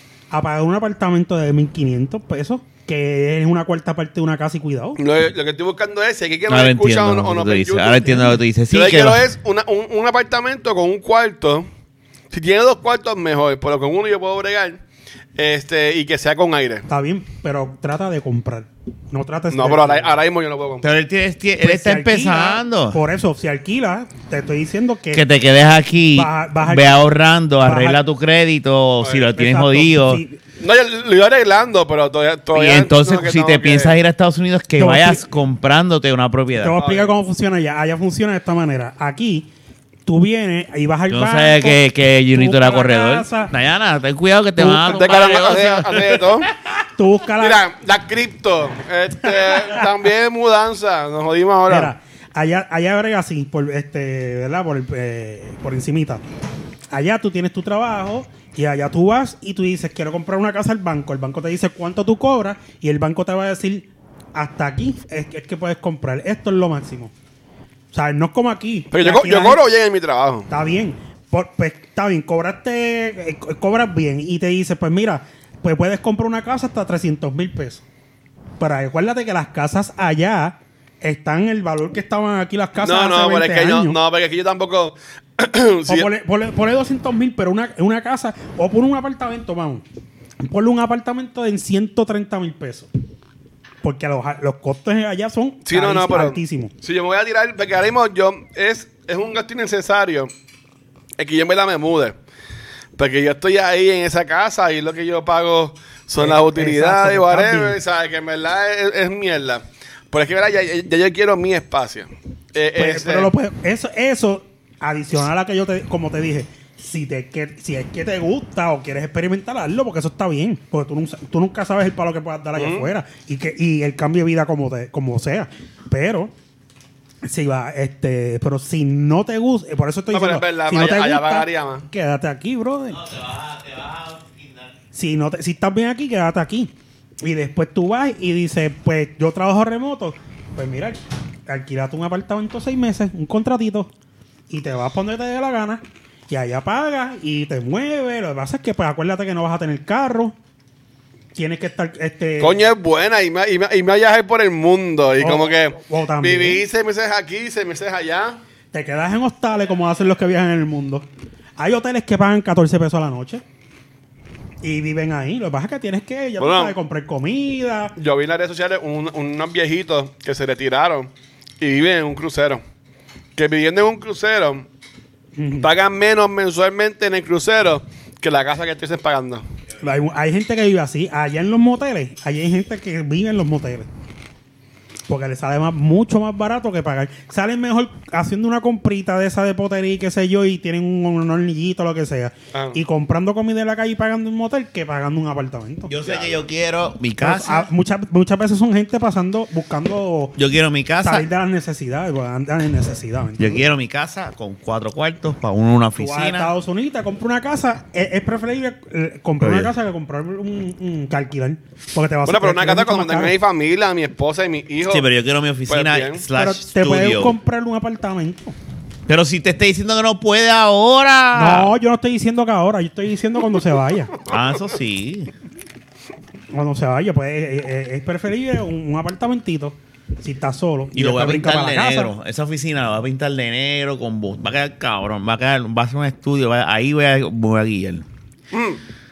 a pagar un apartamento de mil quinientos pesos, que es una cuarta parte de una casa y cuidado. Lo, lo que estoy buscando es si aquí que Ahora me escucha entiendo o no, lo o que no tú ve dices. YouTube. Ahora entiendo lo que tú dices. Sí, Yo lo que que quiero lo- es una- un, un apartamento con un cuarto. Si tiene dos cuartos, mejor. Pero con uno yo puedo bregar. Este, y que sea con aire. Está bien, pero trata de comprar. No trates No, de... pero ahora, ahora mismo yo no puedo comprar. Pero él, tiene- él Pues está si alquila, empezando. por eso, si alquila, te estoy diciendo que... Que te quedes aquí, Baja- baja- ve ahorrando, baja- arregla tu crédito, si lo tienes Exacto, jodido. si- No, yo lo iba arreglando, pero todavía. Y todavía entonces, no, que si tengo te que- piensas ir a Estados Unidos, que Te voy a vayas expli- comprándote una te propiedad. voy a explicar cómo funciona allá. Allá funciona de esta manera. Aquí, tú vienes y vas al Yo no banco... sabía que, que tú Junito buscas era la corredor. casa, Dayana, ten cuidado que te Tú van a buscas- De tumbar el cara, hace, negocio. hace de todo. tú buscas la... Mira, la cripto. Este, también mudanza. Nos jodimos ahora. Mira, allá, allá brega así, por este, ¿verdad? Por, el, eh, por encimita. Allá tú tienes tu trabajo y allá tú vas y tú dices, quiero comprar una casa al banco. El banco te dice cuánto tú cobras y el banco te va a decir, hasta aquí es, es que puedes comprar. Esto es lo máximo. O sea, no es como aquí. Pero yo, Aquí co- yo la cobro gente- bien en mi trabajo. Está bien. Por- pues está bien, cobraste, eh, co- cobras bien y te dice, pues mira, pues puedes comprar una casa hasta trescientos mil pesos. Pero acuérdate que las casas allá están en el valor que estaban aquí las casas No, hace no, pero es veinte que yo, años. no, porque es que yo tampoco. O Sí, ponle, ponle- ponle doscientos mil, pero una, una casa, o por un apartamento, vamos. Ponle un apartamento en ciento treinta mil pesos. Porque los, los costos allá son sí, no, no, carísimos, pero. altísimos. Si yo me voy a tirar, porque ahora mismo yo. Es, es un gasto innecesario. Es que yo en verdad me mude. Porque yo estoy ahí en esa casa y lo que yo pago son Eh, las utilidades y exacto, estás whatever. bien. ¿Sabes? Que en verdad es, es mierda. Pero es que, ¿verdad? Ya, ya- ya yo quiero mi espacio. Eh, Pues, este- pero lo puedes- eso, eso, adicional a que yo te, como te dije, si te que, si es que te gusta o quieres experimentar, hazlo, porque eso está bien. Porque tú, nu- tú nunca sabes el palo que puedas dar allá afuera. Y que, y el cambio de vida como te, como sea. Pero, si va, este, pero si no te gusta, por eso estoy No, pero diciendo, es verdad, si no allá- te allá gusta, pagaría más. quédate aquí, brother. Si no te, si estás bien aquí, quédate aquí. Y después tú vas y dices, pues yo trabajo remoto. Pues mira, alquilate un apartamento seis meses, un contratito, y te vas a donde te dé la gana. Y allá pagas y te mueves. Lo que pasa es que, pues acuérdate que no vas a tener carro. Tienes que estar, este... Coño, es buena y me, y me, y me viajar por el mundo. Y O- como que o también. viví seis meses aquí, seis meses allá. Te quedas en hostales como hacen los que viajan en el mundo. Hay hoteles que pagan catorce pesos a la noche. Y viven ahí. Lo que pasa es que tienes que, ya tú Bueno. sabes, comprar comida. Yo vi en las redes sociales un- unos viejitos que se retiraron y viven en un crucero. Que viviendo en un crucero Ujú. pagan menos mensualmente en el crucero que la casa que estoy pagando. Hay, hay gente que vive así. Allá en los moteles, allá hay gente que vive en los moteles. Porque le sale más, mucho más barato que pagar. Salen mejor haciendo una comprita de esa de potería y qué sé yo, y tienen un, un hornillito o lo que sea. Ah. Y comprando comida en la calle y pagando un motel que pagando un apartamento. Yo sé que yo quiero mi Pero, casa. ah, muchas, muchas veces son gente pasando, buscando Yo quiero mi casa. salir de las necesidades, porque andan en necesidad. ¿me Yo entiendes? quiero mi casa con cuatro cuartos para uno una Tú vas a oficina. Estados Unidos, te compras una casa, es, es preferible eh, comprar Oye. una casa que comprar un, un que alquilar. Porque te vas Bueno, pero a una te casa mucho cuando más tenga caro. mi familia, mi esposa y mis hijos. Sí, pero yo quiero mi oficina Pues bien. Pero slash te puedes studio. comprar un apartamento. Pero si te estoy diciendo que no puede ahora. No, yo no estoy diciendo que ahora, yo estoy diciendo cuando se vaya. Ah, eso sí. Cuando se vaya, pues eh, eh, es preferible un, un apartamentito si estás solo. Y lo voy a después brinca pintar para de la casa. negro. Esa oficina la voy a pintar de negro con voz. Va a quedar cabrón. Va a quedar, va a ser un estudio. va- ahí voy a, voy a guiar.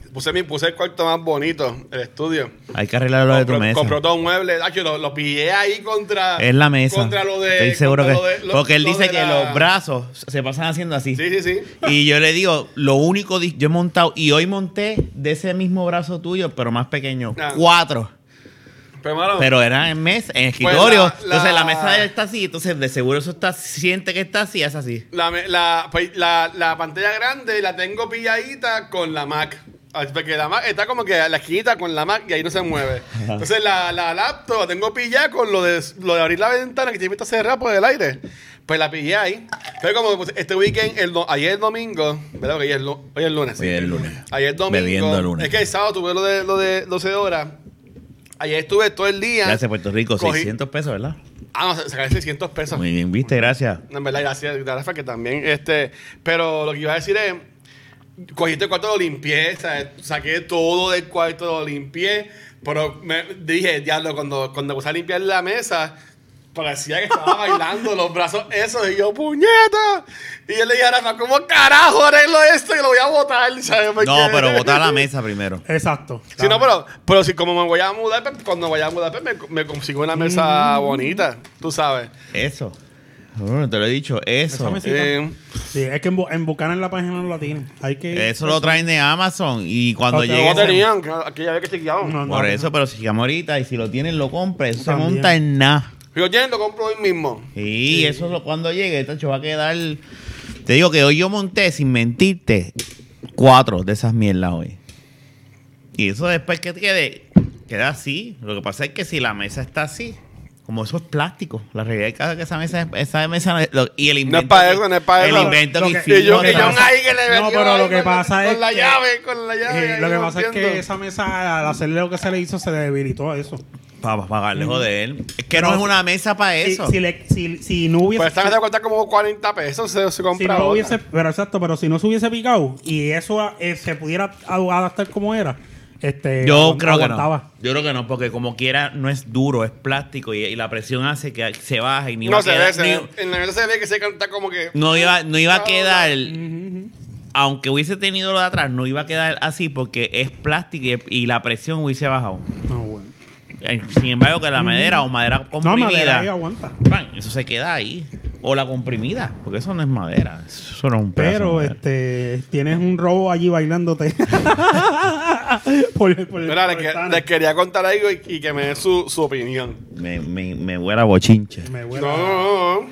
Puse, mi, puse el cuarto más bonito, el estudio. Hay que arreglar lo de tu Compró- mesa. Compró todo un mueble. Tacho, lo, lo pillé ahí contra... Es la mesa. Contra lo de... Estoy seguro que... contra lo de- lo- porque él lo dice de que la- los brazos se pasan haciendo así. Sí, sí, sí. Y yo le digo, lo único... di- Yo he montado... Y hoy monté de ese mismo brazo tuyo, pero más pequeño. Ah. Cuatro. Pero, mano, Pero eran en mesa, en escritorio. Pues la- la- Entonces la mesa de él está así. Entonces de seguro eso está... Siente que está así, es así. la, me- la, pues, la, la pantalla grande la tengo pilladita con la Mac. Ah, porque la Mac está como que a la esquinita con la Mac y ahí no se mueve. Entonces la, la laptop la tengo pillada con lo de, lo de abrir la ventana que tiene que estar cerrada por el aire. Pues la pillé ahí. Pero como pues, este weekend, el, do- ayer domingo, ¿verdad? Porque ayer, lu- hoy es lunes. sí. Hoy es lunes. Ayer domingo. Bebiendo lunes. Es que el sábado tuve lo de, lo de doce horas. Ayer estuve todo el día. Gracias, Puerto Rico. Cogí- seiscientos pesos, ¿verdad? Ah, no, sacar seiscientos pesos. Muy bien, viste, gracias. No, en verdad, gracias, gracias que también, este, pero lo que iba a decir es, cogiste el cuarto, lo limpié, ¿sabes? Saqué todo del cuarto, lo limpié, pero me dije, diablo, cuando, cuando puse a limpiar la mesa, parecía que estaba bailando los brazos esos, y yo, puñeta, y yo le dije a Rafa, ¿cómo carajo arreglo esto? Y lo voy a botar, ¿sabes? Porque- No, pero botar la mesa primero. Exacto. Sí, no, pero, pero si como me voy a mudar, pues, cuando vaya a mudar, pues, me, me consigo una mesa bonita, tú sabes. Eso. Bueno, te lo he dicho, eso. Esa mesita. Eh, Sí, es que en, Bu- en Buchanan en la página no la tienen. Hay que... Eso lo traen de Amazon y cuando Ok, llegue... no ese- tenían, que aquella vez que chequeaban. No, no. Por eso, pero si llegamos ahorita y si lo tienen, lo compre. Eso se También. monta en nada. Si lo tienen, lo compro hoy mismo. Sí, eso es lo, cuando llegue, tacho, va a quedar... Te digo que hoy yo monté, sin mentirte, cuatro de esas mierdas hoy. Y eso después que quede, queda así. Lo que pasa es que si la mesa está así, como eso es plástico, la realidad es que esa mesa, esa mesa lo- y el invento... No es para que- eso, no es para El eso. invento Lo que que- hicimos, Y yo, Lo que y yo pasa- ahí que le No, metió pero ahí lo que con- pasa es con la que- llave, con la llave. Eh, ahí lo que pasa es rompiendo. que esa mesa, al hacerle lo que se le hizo, se debilitó a eso. Para pagarle, joder. Es que no Pero es una mesa para Si, eso. si, le- si, si no hubiese... Pues esta gente cuesta como cuarenta pesos, se, se si compra no lo otra. hubiese... Pero exacto, pero si no se hubiese picado y eso eh, se pudiera a- adaptar como era, este... Yo aguant- creo que aguantaba. no. Yo creo que no, porque como quiera no es duro, es plástico y, y la presión hace que se baje y ni va No a se quedar. ve, se ni- ve. En la mesa se ve que se canta como que... no iba, no iba a quedar, Ujú, ujú. aunque hubiese tenido lo de atrás, no iba a quedar así porque es plástico y, y la presión hubiese bajado. No, bueno. Eh, Sin embargo, que la madera o madera No, comprimida, madera ahí aguanta. pan, eso se queda ahí. O la comprimida, porque eso no es madera, eso no es un pedazo de Pero madera. este tienes un robo allí bailándote. por, por- Mira, por les, que- Thanos. les quería contar algo y, y que me den su, su opinión. Me, me, me huele a bochinche. Me No, huele a- no, no.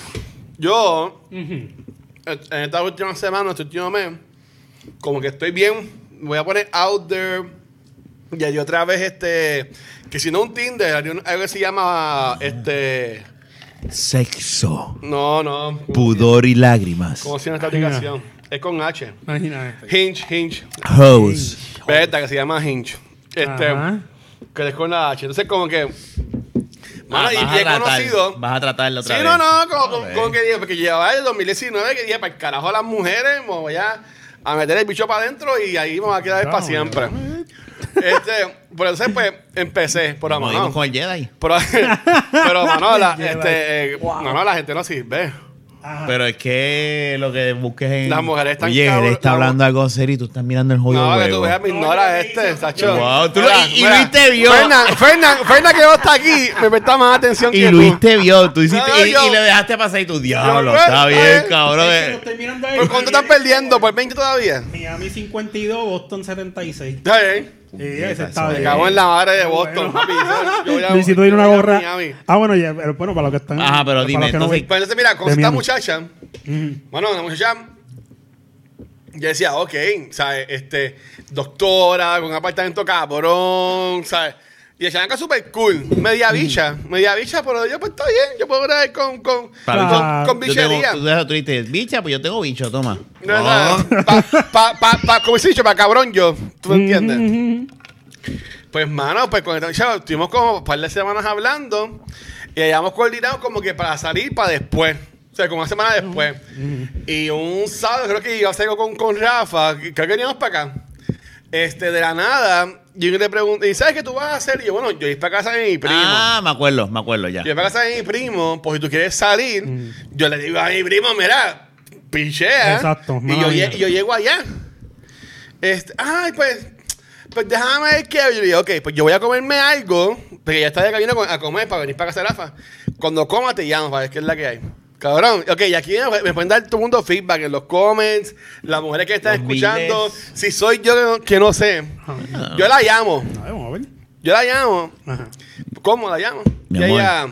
Yo, Ujú. en en esta última semana, este último mes, como que estoy bien, voy a poner out there. Y hay otra vez, este, que si no un Tinder, hay un- algo que se llama, este, Sexo, no, no. pudor y lágrimas. ¿Cómo se llama esta aplicación? Es con H. Imagínate. Hinge, Hinge. Hose. Verdad, que se llama Hinge. Este, Ajá. que es con la H. Entonces, como que. Mano, Ah, y, vas y a he tratar, conocido. Vas a tratarlo otra Sí, vez. no, no, como, como- Ok. como que dije, porque llevaba el dos mil diecinueve que dije, para el carajo a las mujeres, me voy a, a meter el bicho para adentro y ahí me va a quedar No, para siempre. Este, por eso, pues, empecé por Como dimos mano. con el Jedi. Pero, pero, mano, la, Jedi. este, eh, no, no, la gente no sirve. Ajá. Pero es que lo que busques en... Las mujeres están Oye, él cabro- está la- hablando algo serio y tú estás mirando el juego No, de que tú juego. veas, me ignora este, Sacho. Wow, tú lo- Mira, y- y mira. Luis te vio. Fernan, Fernan, Fernan que no está aquí, me presta más atención Y que Luis tú. te vio, tú hiciste, No, y, yo- y le dejaste pasar y tu diablo, Yo- está bien, eh, cabrón. Es que lo eh. estoy mirando ahí. ¿Por cuánto están perdiendo? ¿Por veinte todavía? Miami cincuenta y dos, Boston setenta y seis. Está bien. Sí, ese está Me Me bien. cago en la madre de Qué Boston, bueno. papi. Yo voy a- Luisito tiene una yo voy a gorra. Miami. Ah, bueno, ya, pero bueno, para los que están. Ajá, pero para dime, los que no entonces- ven. Pues entonces, mira, con De esta Miami. muchacha, Ujú. bueno, una muchacha, yo decía, ok, ¿sabes? Este, doctora, con un apartamento cabrón, ¿sabes? Y la chamaca súper cool, media bicha, media bicha, pero yo, pues está bien, yo puedo grabar con, con, Para con, Ah, con Yo tengo, bichería. tú dejas, tú dices, bicha, pues yo tengo bicho, toma. No, No. no, pa, pa, pa, pa, como se dicho, para cabrón yo, ¿tú me entiendes? Ujú. Pues, mano, pues con esta muchacha estuvimos como un par de semanas hablando y habíamos coordinado como que para salir para después. O sea, como una semana después. Y un sábado creo que iba a hacer algo con, con Rafa, creo que veníamos para acá. Este, de la nada, yo le pregunté, ¿y sabes qué tú vas a hacer? Y yo, bueno, yo ir para casa de mi primo. Ah, me acuerdo, me acuerdo ya. Yo ir para casa de mi primo, pues si tú quieres salir, yo le digo a mi primo, mira, pichea. Exacto, Y mala yo, mía. lle- y yo llego allá. Este, ay, pues, pues déjame ver qué. Yo digo, ok, pues yo voy a comerme algo, porque ya está de camino a comer para venir para casa de Rafa. Cuando coma te llamo para ver qué es la que hay. Cabrón, ok, y aquí me, me pueden dar todo el mundo feedback en los comments, las mujeres que están Los escuchando, miles. si soy yo que no, que no sé. Ajá. Yo la llamo, A ver, vamos a ver. yo la llamo. Ajá. ¿Cómo la llamo? Mi y amor. ella,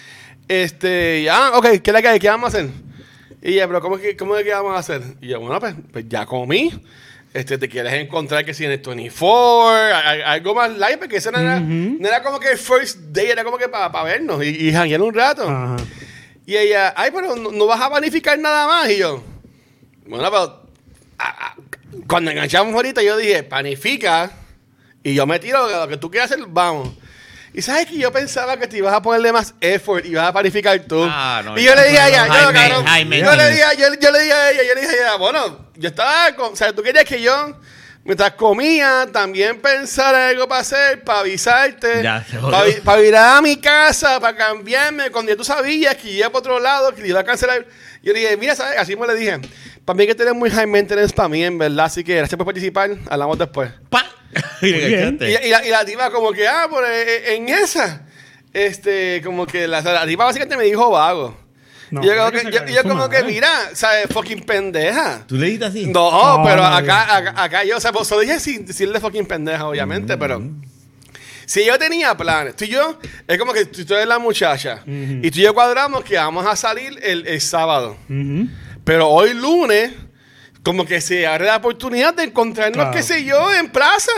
este, ah, ok, ¿qué es la que hay? ¿Qué vamos a hacer? Y ella, pero ¿cómo es que, cómo es que vamos a hacer? Y yo, bueno, pues, pues ya comí. Este, te quieres encontrar que si en el veinticuatro, a- a- algo más light, porque eso no era, Ujú. no era como que el first day, era como que para vernos y, y janguear un rato. Ajá. Y ella, ay, pero no, no vas a planificar nada más. Y yo, bueno, pero a- a- cuando enganchamos ahorita, yo dije, planifica y yo me tiro lo que tú quieras hacer, vamos. Y sabes que yo pensaba que te ibas a ponerle más effort y ibas a planificar tú. Ah, no, y yo ya. le dije a ella, yo, Jaime, cabrón, Jaime, yo, Jaime. le dije, yo, yo le dije a ella, yo le dije a ella, bueno, yo estaba, con, o sea, tú querías que yo, mientras comía, también pensara en algo para hacer, para avisarte, Ya, se para, jodió. para ir a mi casa, para cambiarme, cuando ya tú sabías que iba para otro lado, que iba a cancelar. Yo le dije, mira, ¿sabes? Así me le dije, para mí hay que tener muy high maintenance para mí, en verdad, así que gracias por participar, hablamos después. ¡Pa! Y le Muy bien. cachaste. Y, y la, y la tipa como que, ah, por, eh, en esa, este, como que la, la tipa básicamente me dijo vago. No, y yo, como que que, se yo, cague y yo su como que, madre. mira, ¿sabes? Fucking pendeja. ¿Tú le dijiste así? No, No, pero no, acá, no. acá, acá yo, o sea, pues, solo dije sin decirle fucking pendeja, obviamente, pero si yo tenía planes, tú y yo, es como que tú, tú eres la muchacha, Ujú. y tú y yo cuadramos que vamos a salir el, el sábado. Ujú. Pero hoy lunes, como que se abre la oportunidad de encontrarnos, Claro. qué sé yo, en plaza.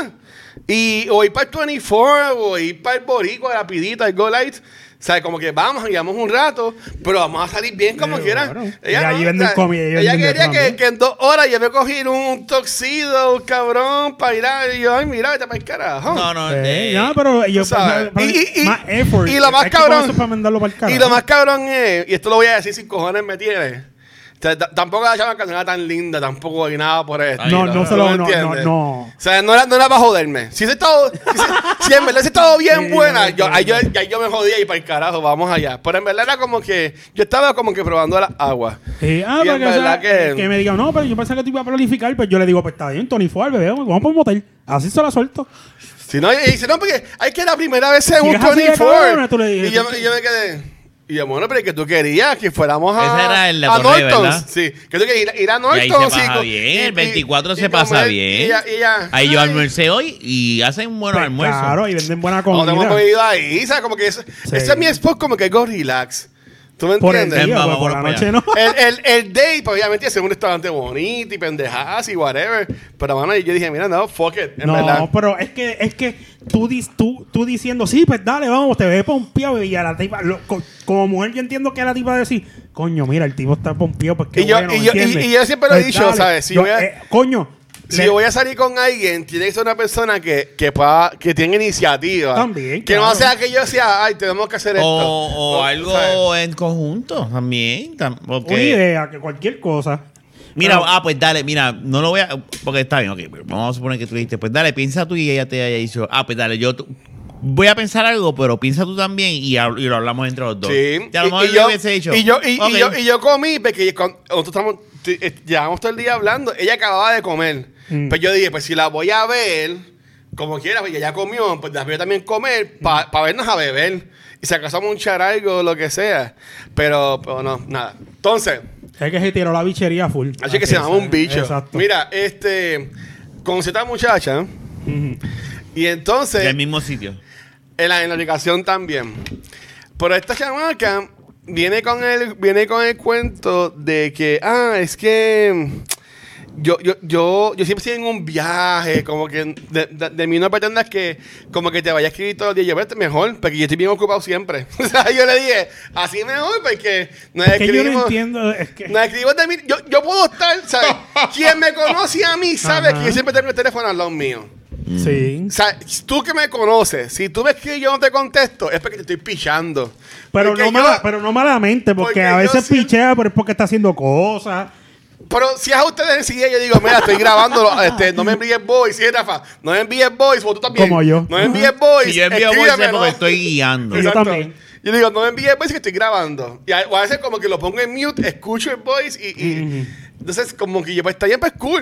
Y o ir para el veinticuatro, o ir para el Boricua, rapidito, el Go Light. O sea, como que vamos, guiamos un rato, pero vamos a salir bien como Sí, quiera. claro. Y allí venden o sea, comida, y ella venden de quería todo que, también. que en dos horas yo me cogí un toxido, cabrón, para ir a... Y yo, ay, mira, vete para el carajo. No, no, Eh, eh, no, pero yo Tú sabes. para- Y- y- y- más effort. y lo más Hay que coger cabrón- eso para mandarlo para el carajo. Y lo más cabrón es, y esto lo voy a decir sin cojones me tiene. O sea, t- tampoco la chamaca no era tan linda, tampoco hay nada por esto. Ay, No, no, no no, se lo, ¿me no, no, entiendes? no. O sea, no era, no era para joderme. Si, ese estado, si, se- si en verdad ese estado bien Sí, buena, no, yo, no, ahí yo, no. ahí yo me jodía y para el carajo, vamos allá. Pero en verdad era como que, yo estaba como que probando las aguas. Sí, ah, Y para en que, o sea, verdad que- que me digan, no, pero yo pensé que tú ibas a planificar, pues yo le digo, pues está bien, Tony fue al bebé, vamos por un motel. Así se la suelto. Si no, y dice, no, porque hay que la primera vez en Si un es así de cabrona, tú veinticuatro. le dices, Y yo, tú- y yo me quedé. Y yo, bueno, pero es que tú querías que fuéramos a, Ese era el de a Correy, Norton's. ¿verdad? Sí, que tú querías ir, ir a Y ahí Norton's. se pasa co- bien. y- El y- veinticuatro y se pasa comer, bien. y ya- y ya, Ahí yo ay. almorcé hoy y hacen buenos Pues almuerzos. claro, y venden buena No comida. te hemos comido ahí, ¿sabes? Como que eso, ese es mi spot como que go relax. ¿Tú me por el entiendes? día, Vamos, pues, por la vamos noche no. El, el, el date, pues obviamente es un restaurante bonito y pendejadas y whatever. Pero bueno, yo dije, mira, no, fuck it, en No, verdad. pero es que, es que tú, dis- tú, tú diciendo, sí, pues dale, vamos, te ves pompeado. Y a la tipa, lo- co- como mujer, yo entiendo que a la tipa decir, coño, mira, el tipo está pompeado, pues qué Y yo- bueno, y yo- ¿entiendes? y- y yo siempre lo he Pues dicho, dale. ¿sabes? Si Yo, voy a- eh, coño, Si le- yo voy a salir con alguien, tiene que ser una persona que, que, pueda, que tenga iniciativa. También, Que no claro. sea que yo sea, ay, tenemos que hacer esto. O, o algo ¿sabes? en conjunto también. tam- porque- una idea, que cualquier cosa. Mira, Pero- ah, pues dale, mira, no lo voy a. Porque está bien, ok. Vamos a suponer que tú dijiste, pues dale, piensa tú y ella te haya dicho, ah, pues dale, yo. tú- Voy a pensar algo, pero piensa tú también y, hab- y lo hablamos entre los dos. Sí. Y a lo Y- mejor y le yo- hubiese dicho. Y yo, y, y ok. yo, y yo comí, porque cuando nosotros estamos, t- eh, llevamos todo el día hablando, ella acababa de comer. Mm. Pues yo dije, pues si la voy a ver, como quiera, porque ella ya comió, pues la voy a también comer para vernos a beber. Y si acaso vamos a echar algo, lo que sea. Pero, pero no, nada. Entonces, Es que se tiró la bichería full. así que se llama un bicho. Exacto. Mira, este, conocí a esta muchacha, Ujú. y entonces... Del mismo sitio. En la, en la aplicación también. Pero esta chamaca viene con el, viene con el cuento de que, ah, es que yo, yo, yo, yo siempre estoy en un viaje, como que de, de, de mí no pretendas que como que te vaya a escribir todos los días. Yo, vete mejor, porque yo estoy bien ocupado siempre. O sea, yo le dije, así mejor, porque nos Es que yo no escribimos. entiendo. Es que, Nos escribimos de mí. Yo, yo puedo estar, ¿sabes? Quien me conoce a mí sabe Ajá. que yo siempre tengo el teléfono al lado mío. sí. O sea, tú que me conoces, si tú me escribes y yo no te contesto, es porque te estoy pichando. Pero Porque no, yo- mala- pero no malamente, porque, porque a yo veces siempre- pichea, pero es porque está haciendo cosas. Pero si es a ustedes enseguida, yo digo, mira, estoy grabando, este, no me envíes voice, sí, Rafa, no me envíes voice, o tú también. Como yo. No me envíes voice. Si yo envío voice es escríbeme, porque ¿no? estoy guiando. Y yo Exacto. también. Yo digo, no me envíes voice que estoy grabando. Y a, o a veces como que lo pongo en mute, escucho el voice y... y- Ujú. Entonces, como que yo, pues está bien, pues cool.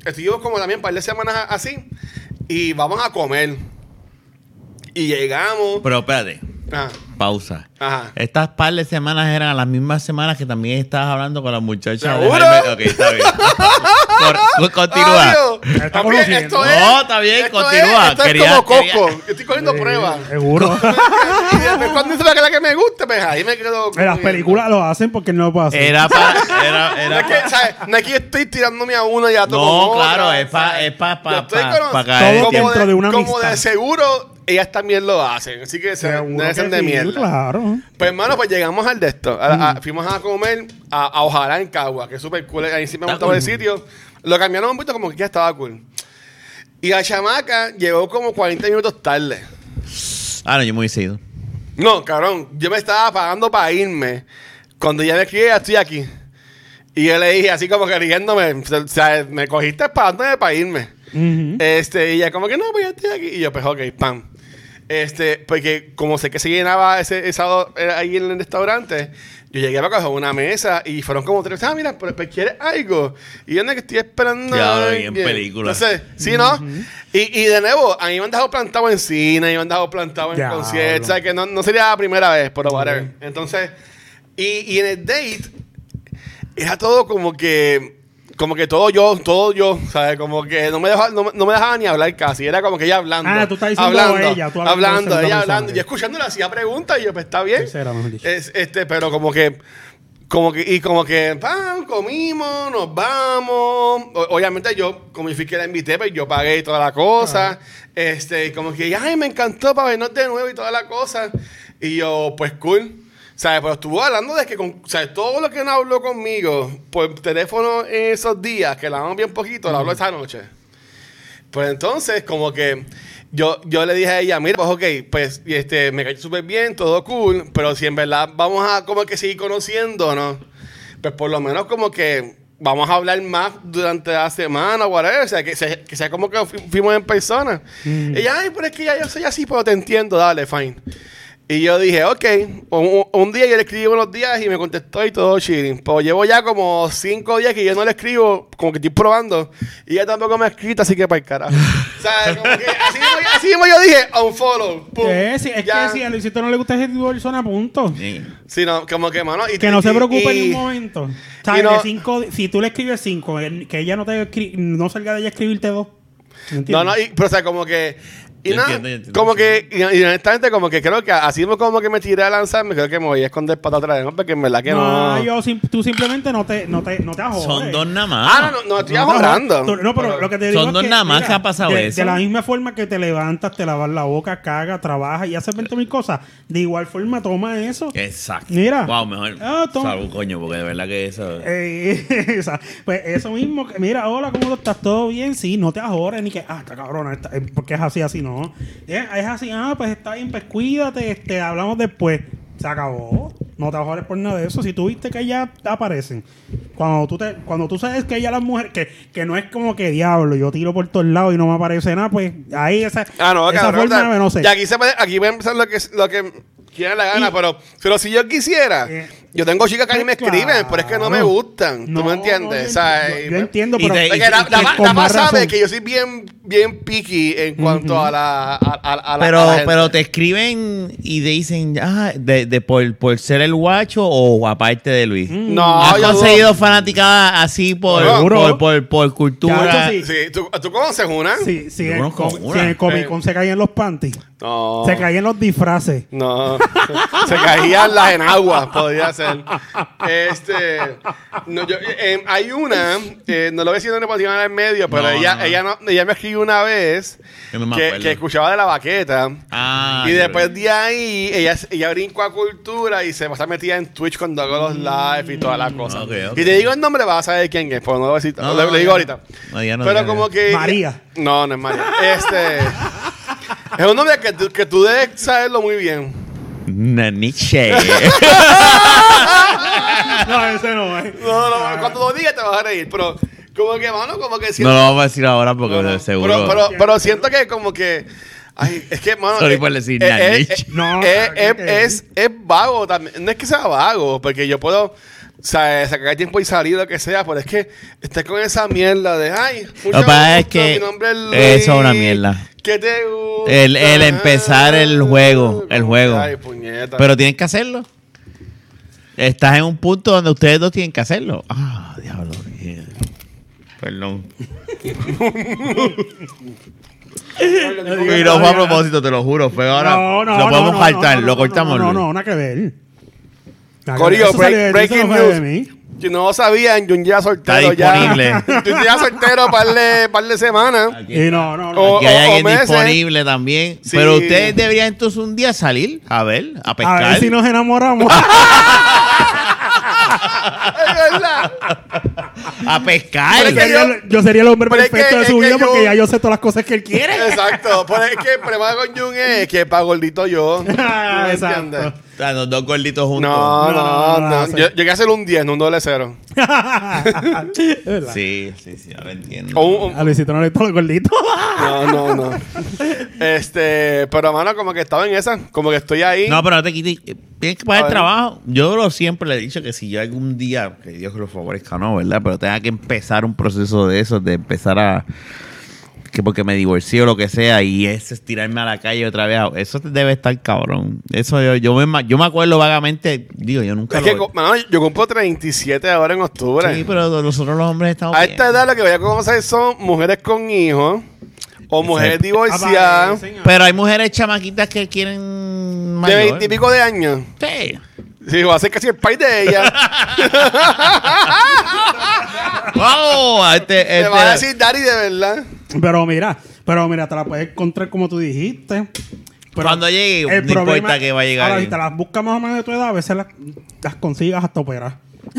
estuvimos como también un par de semanas así. Y vamos a comer. Y llegamos. Pero espérate. Ajá. Pausa. Ajá. Estas par de semanas eran las mismas semanas que también estabas hablando con la muchacha de ¿Seguro? Jaime. Ok, está bien. Por- continúa. Obvio. Está Papi, conociendo. esto es- No, está bien, esto continúa. Es, esto Quería- es como Coco. quería- Yo estoy cogiendo pruebas. Seguro. Y después cuando dice la que la que me gusta, pues ahí me quedo. En las películas lo hacen porque no lo puedo hacer. Era para. Era, No era es que, ¿sabes? No es que yo estoy tirándome a una y a todo. No, con claro, otra, es para ¿sabes? es pa, Yo pa, estoy pa, con- pa caer todo tiempo. dentro de una como amistad. de seguro, ellas también lo hacen. Así que se Seguro deben ser que de sí, mierda. Claro. Pues, hermano, pues llegamos al de esto. A- a- fuimos a comer a, a Ojalá en Cagua, que es súper cool. Ahí sí me Está gustaba cool. el sitio. Lo cambiaron un poquito como que ya estaba cool. Y la chamaca llegó como cuarenta minutos tarde. Ah, no, yo me hubiese ido. No, cabrón, yo me estaba pagando para irme. Cuando ella me escribe, ya estoy aquí. Y yo le dije, así como que riéndome, o sea, me cogiste pagándome para irme. Ujú. Este, y ella como que no, pues ya estoy aquí. Y yo, pues ok, pam. Este, porque como sé que se llenaba ese, esa do- eh, ahí en el restaurante, yo llegué para coger una mesa y fueron como tres. Ah, mira, pero, pero ¿quieres algo? Y yo no que estoy esperando. Ya, a bien alguien. película. Entonces, sí, ¿no? y, y de nuevo, a mí me han dejado plantado en cine, y me han dejado plantado en Diablo. conciertos. O sea, que no, no sería la primera vez, pero whatever. Entonces, y, y en el date, era todo como que. Como que todo yo, todo yo, ¿sabes? Como que no me dejaba, no, me- no me dejaba ni hablar casi. Era como que ella hablando. Ah, tú estás diciendo hablando, ella, tú hablando hablando, de segunda ella persona, hablando. ok. Y escuchándola hacía preguntas y yo, pues está bien. Tercera, mejor dicho. Es, este, pero como que, como que, y como que, pam, comimos, nos vamos. O- obviamente yo, como yo fui que la invité, pues yo pagué y toda la cosa. Este, como que, ay, me encantó para vernos de nuevo y toda la cosa. Y yo, pues cool. ¿Sabes? Pero estuvo hablando de que, con, ¿sabes? Todo lo que no habló conmigo por teléfono en esos días, que la hablamos bien poquito, lo habló esa noche. Pues entonces, como que yo, yo le dije a ella, mira, pues ok, pues y este, me cayó súper bien, todo cool, pero si en verdad vamos a como que seguir conociéndonos, pues por lo menos como que vamos a hablar más durante la semana o whatever, o sea, que sea, que sea como que fu- fuimos en persona. Y ella, ay, pero es que ya yo soy así, pero te entiendo, dale, fine. Y yo dije, ok, un, un día yo le escribí unos días y me contestó y todo chilling. Pero llevo ya como cinco días que yo no le escribo, como que estoy probando. Y ella tampoco me ha escrito, así que para el carajo. ¿Sabes? Como que así mismo, así mismo yo dije, unfollow. Pum, Que si- es ya. que si a Luisito no le gusta ese tipo de persona, punto. Sí. Sí, no, como que, mano. Y, Que no se y- preocupe y- ni un momento. O sea, y no- de cinco, si tú le escribes cinco, el- que ella no te escri- no salga de ella a escribirte dos. ¿Me entiendes? No, no, y, pero o sea, como que. Y Yo nada, entiendo, yo entiendo, como sí. que, y, y honestamente, como que creo que así mismo como que me tiré a lanzarme, creo que me voy a esconder para atrás, ¿no? Porque en verdad que no. No, yo sim- tú simplemente no te, no te, no te ajores. Son dos nada más. Ah, no, no, no, estoy No te ahorrando. ajores. Tú- No, pero lo que te digo Son es dos que, nada más mira, que ha pasado de, eso. De la misma forma que te levantas, te lavas la boca, cagas, trabajas y haces veinte mil cosas, de igual forma toma eso. Exacto. Mira. Wow, mejor. Ah, toma. Salud, coño, porque de verdad que eso. Eh, esa- pues eso mismo, que, mira, hola, ¿cómo estás? ¿Todo bien? Sí, no te ajores ni que, ah, está cabrona, está- eh, porque es así, así, no. Es, es así, ah, pues está bien, pues cuídate, este, hablamos después. Se acabó. No te ajores por nada de eso. Si tú viste que ellas aparecen, cuando tú te, cuando tú sabes que ella las mujeres, que, que no es como que diablo, yo tiro por todos lados y no me aparece nada, pues ahí esa, Ah, no, esa cabrón. forma, o sea, no sé. Y aquí se puede, aquí puede empezar lo que, lo que quiera la gana, Y- pero, pero si yo quisiera, Eh, yo tengo chicas que a mí me claro. escriben, pero es que no me gustan. No, ¿Tú me entiendes? no, O sea, yo, y- yo entiendo, y pero te- Porque y- la, y- la, que la con más más sabe razón. que yo soy bien, bien picky en cuanto a la, a, a- a la, Pero, a la gente. pero te escriben y te dicen, ah, de, de por, por ser el guacho o aparte de Luis. No, ¿Has yo conseguido dudo. fanaticada así por, Seguro. por, por, por cultura? Chacho, sí. Sí, ¿tú, ¿tú conoces una? Si, si, Yo en, conozco com- una. si en el Comic Eh. Con se caían los panties, No. se caían los disfraces. No, se caían las enaguas, podría ser. Este, no, yo, eh, hay una, eh, no lo voy a decir dónde posicionar en medio, pero No, ella, no, no. ella, no, ella me escribió una vez Yo no me que, acuerdo. que escuchaba de la baqueta. Ah, y yo después creo. de ahí, ella, ella brincó a cultura y se pasa metida en Twitch cuando hago los live y todas las cosas. ok, ok. Y te digo el nombre, vas a saber quién es, pero no lo voy a decir. No, le, no, le digo ya. ahorita. No, ya no, pero ya, como ya. que. María. No, no es María. Este. Es un nombre que tú, que tú debes saberlo muy bien. Naniche. No, ese no es. No, no, cuando lo digas te vas a reír, pero como que, mano, como que No siento. lo vamos a decir ahora porque No, no, seguro. Pero, pero, pero siento que como que Ay, es que, mano. Sorry eh, por decir eh, nada, eh, Lich. eh, No, eh, no, eh, no, no. es, es vago también. No es que sea vago, porque yo puedo o sea, sacar tiempo y salir, lo que sea, pero es que estar con esa mierda de, ay, mucho Lo que pasa es gusto, que mi nombre es Luis, eso es una mierda. ¿Qué te gusta? El- el empezar el juego, el Como juego. que, Ay, puñeta. Pero tienen que hacerlo. Estás en un punto donde ustedes dos tienen que hacerlo. Ah, diablo. bien. Perdón. Y no fue a propósito, te lo juro. Fue ahora. No, no, lo podemos no, faltar, no, no, lo no, cortamos. No, no, Luis. no, nada que ver. Nada que ver. Corillo, Eso break- salió de ti, breaking eso no fue de news. mí. Si no lo sabían, Jun ya soltero Está disponible. ya. Jun ya soltero par de, par de semanas. Y no, no, no. O- Aquí hay alguien meses. disponible también. Sí. Pero ustedes deberían entonces un día salir a ver, a A pescar. ver si nos enamoramos. Es verdad. A pescar. Pero yo, es que sería, yo- el- yo sería el hombre pero es perfecto que- de su es que vida yo- porque ya yo sé todas las cosas que él quiere. Exacto. Pero es que el problema con Jun es que para gordito yo. ¿Tú Ah, me exacto. entiendes? O sea, los dos gorditos juntos. No, No, no, no, no, no. no, Yo, sí. yo quiero hacer un diez, no un doble cero. Es verdad. Sí, sí, sí, ahora entiendo. O un- un- A Luisito no le toca los gorditos. no, no, no. Este, pero mano, como que estaba en esa. Como que estoy ahí. No, pero no te quites. Tienes que pagar A el ver. trabajo. Yo lo siempre le he dicho que si yo algún día, que Dios lo favorezca, no, ¿verdad? Pero tenga que empezar un proceso de eso, de empezar a. Que porque me divorcié o lo que sea, y ese es tirarme a la calle otra vez. Eso debe estar cabrón. Eso yo, yo, me, ma- yo me acuerdo vagamente. Digo, yo nunca Es lo. que, co- mano, yo cumplo treinta y siete ahora en octubre. Sí, pero nosotros los hombres estamos. A bien. esta edad lo que voy a conocer son mujeres con hijos o mujeres Exacto. divorciadas Pero hay mujeres chamaquitas que quieren. de mayor. veinte y pico de años. Sí. Sí, va a ser casi el país de ella. Vamos, este, Te este- va a decir Daddy de verdad. Pero mira, pero mira, te la puedes encontrar como tú dijiste. Pero Cuando llegue, no importa que va a llegar Ahora, ahí. si te las buscas más o menos de tu edad, a veces las, las consigas hasta operar.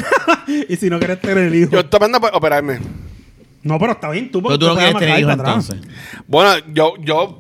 Y si no quieres tener el hijo. Yo estoy pensando por operarme. No, pero está bien, tú, Pero tú te no puedes quieres tener amarrar hijos para atrás. entonces. Bueno, yo, yo,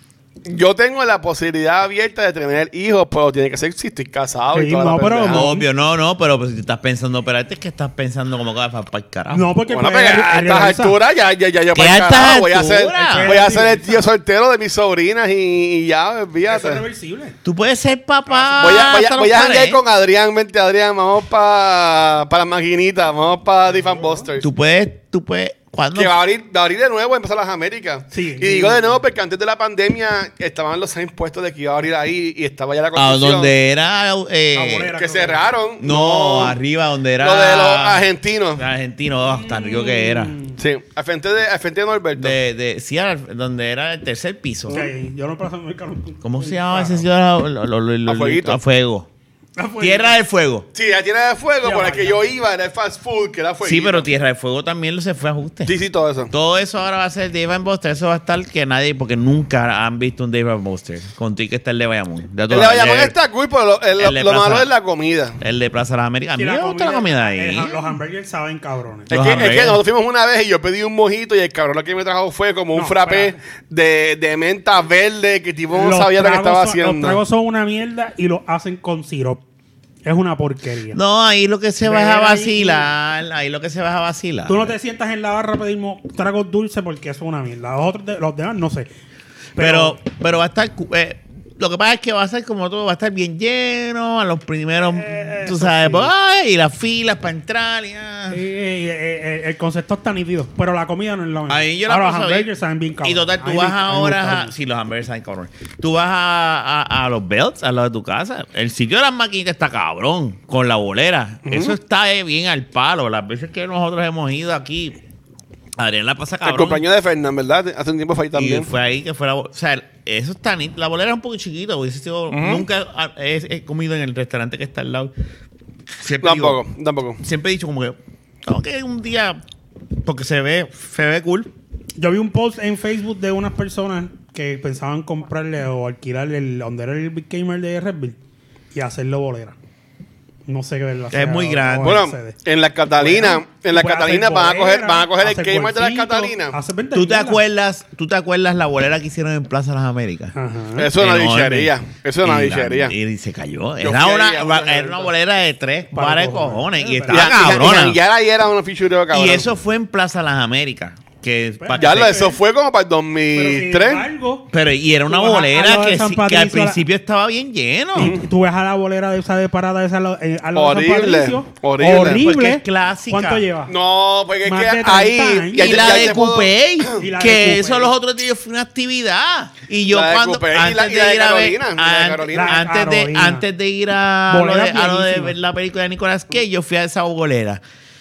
yo tengo la posibilidad abierta de tener hijos, pero tiene que ser si estoy casado Sí, y toda no, la pero- pendeja. Obvio, no, no, pero pues, si estás pensando operarte, es que estás pensando como que va para el carajo. No, porque Bueno, puedes pero a realizar- estas alturas ya, ya, ya yo ¿Qué para el a estas carajo voy a ser, alturas? voy a ser el tío soltero de mis sobrinas y, y ya, Eso olvídate. es reversible. Tú puedes ser papá. Voy a, voy a, hasta voy los a janguear cuarenta. con Adrián, vente Adrián, vamos para pa las maquinitas, vamos para Diffan Busters. Tú puedes, tú puedes. ¿Cuándo? Que va a abrir, va a abrir de nuevo, empezar las Américas. Sí. Y digo de nuevo porque antes de la pandemia estaban los impuestos de que iba a abrir ahí y estaba ya la A construcción. donde era. eh, Ah, bolera. Que cerraron. no, arriba donde era. Lo de los argentinos. Argentino, oh, tan rico que era. Sí, al frente de, al frente de Norberto. De, de, sí, al- donde era el tercer piso. Ok, yo no paso muy caro. ¿Cómo se llama ese sitio? Lo- lo- lo- lo- A fueguito. A fuego. Ah, pues, Tierra del Fuego. Sí, la Tierra de Fuego, Ya por el va, que ya. yo iba, era el fast food, que era fuego. Sí, pero Tierra del Fuego también lo se fue a ajuste. Sí, sí, todo eso. Todo eso ahora va a ser Dave and Buster. Eso va a estar que nadie, porque nunca han visto un Dave and Buster. Contigo que está el de Bayamón. De El de todas Bayamón maneras. está cool, pero lo, el- el de lo malo Plaza- es la comida. El de Plaza de las Américas. A mí Sí, me gusta la comida ahí. eh, los hamburgers saben cabrones. Es Los que, es que hamburguesas. nosotros fuimos una vez y yo pedí un mojito y el cabrón lo que me trajo fue como un No, frappé espera. de, de menta verde que tipo no Los sabía lo que tragos estaba son- haciendo. Los tragos son una mierda y lo hacen con sirope. Es una porquería. No, ahí lo que se va es a Beber ahí- vacilar. Ahí lo que se va es a vacilar. Tú no te sientas en la barra a pedir mo- tragos dulces porque eso es una mierda. Los otros de- los demás no sé. Pero, pero va a estar. cu- eh, lo que pasa es que va a ser como todo, va a estar bien lleno. A los primeros, Eh, tú eso sabes, sí. pues, ay, y las filas para entrar. y, ah. Eh, eh, eh, eh, el concepto está nítido, pero la comida no es la misma. Ahí yo la Ahora, los paso hamburgers bien. saben bien cabrón. Y total, A tú mí vas me- a mí me ahora gusta a, mucho. sí, los hamburgers saben cabrón. Tú vas a, a, a los Belts, al lado de tu casa. El sitio de las maquinitas está cabrón, con la bolera. Eso está eh, bien al palo. Las veces que nosotros hemos ido aquí, Adrián la pasa El cabrón. cumpleaños de Fernán, ¿verdad? Hace un tiempo fue ahí Y también. fue ahí que fue la... bo- O sea, eso está... ni- La bolera es un poco chiquita. Porque ese sitio- nunca ah, he, he comido en el restaurante que está al lado. Siempre Tampoco, digo- tampoco. siempre he dicho como que... Tengo que ir un día... Porque se ve, se ve cool. Yo vi un post en Facebook de unas personas que pensaban comprarle o alquilarle el donde era el Big Gamer de Redville y hacerlo bolera. No sé qué verla. Es muy grande. Bueno, en la Catalina, Bueno, en la tú puedes Catalina hacer van a coger, bolera, van a coger el hacer Kmart de la golfito, Catalina. hacer veinte ¿Tú te mierdas. acuerdas, tú te acuerdas la bolera que hicieron en Plaza de las Américas? Ajá. Eso es una Enorme. dichería. Eso es una Y la- dichería. Y se cayó. Yo Era fui una, ahí a una era una bolera de tres Para pares de cojones. cojones. Y Eh, estaba Y- y- cabrona. Y ya ahí era una fichureo cabrón. Y eso fue en Plaza de las Américas. Que, Pues, pa' que Ya se- lo, eso fue como para el dos Pero mil sin tres. embargo, Pero y era una tú vas a- a bolera lo de que, San sí- que al Patricio, a la- principio estaba bien lleno. y tú ves a la bolera de esa de parada esa a lo- eh, a lo de San Horrible, Patricio. horrible. Horrible. Porque es clásica. ¿Cuánto lleva? No, porque es Más que de treinta ahí. años. ya Y te- la ya de te puedo- Coupé, Y la de que Coupé. eso los otros días fue una actividad. Y yo La de cuando Coupé y antes la- y la de de ir a ver, Carolina, y la de an- Carolina. La antes de Carolina. antes de ir a lo de, Boleras a lo de viejísimas. ver la película de Nicolas Cage, yo fui a esa bolera.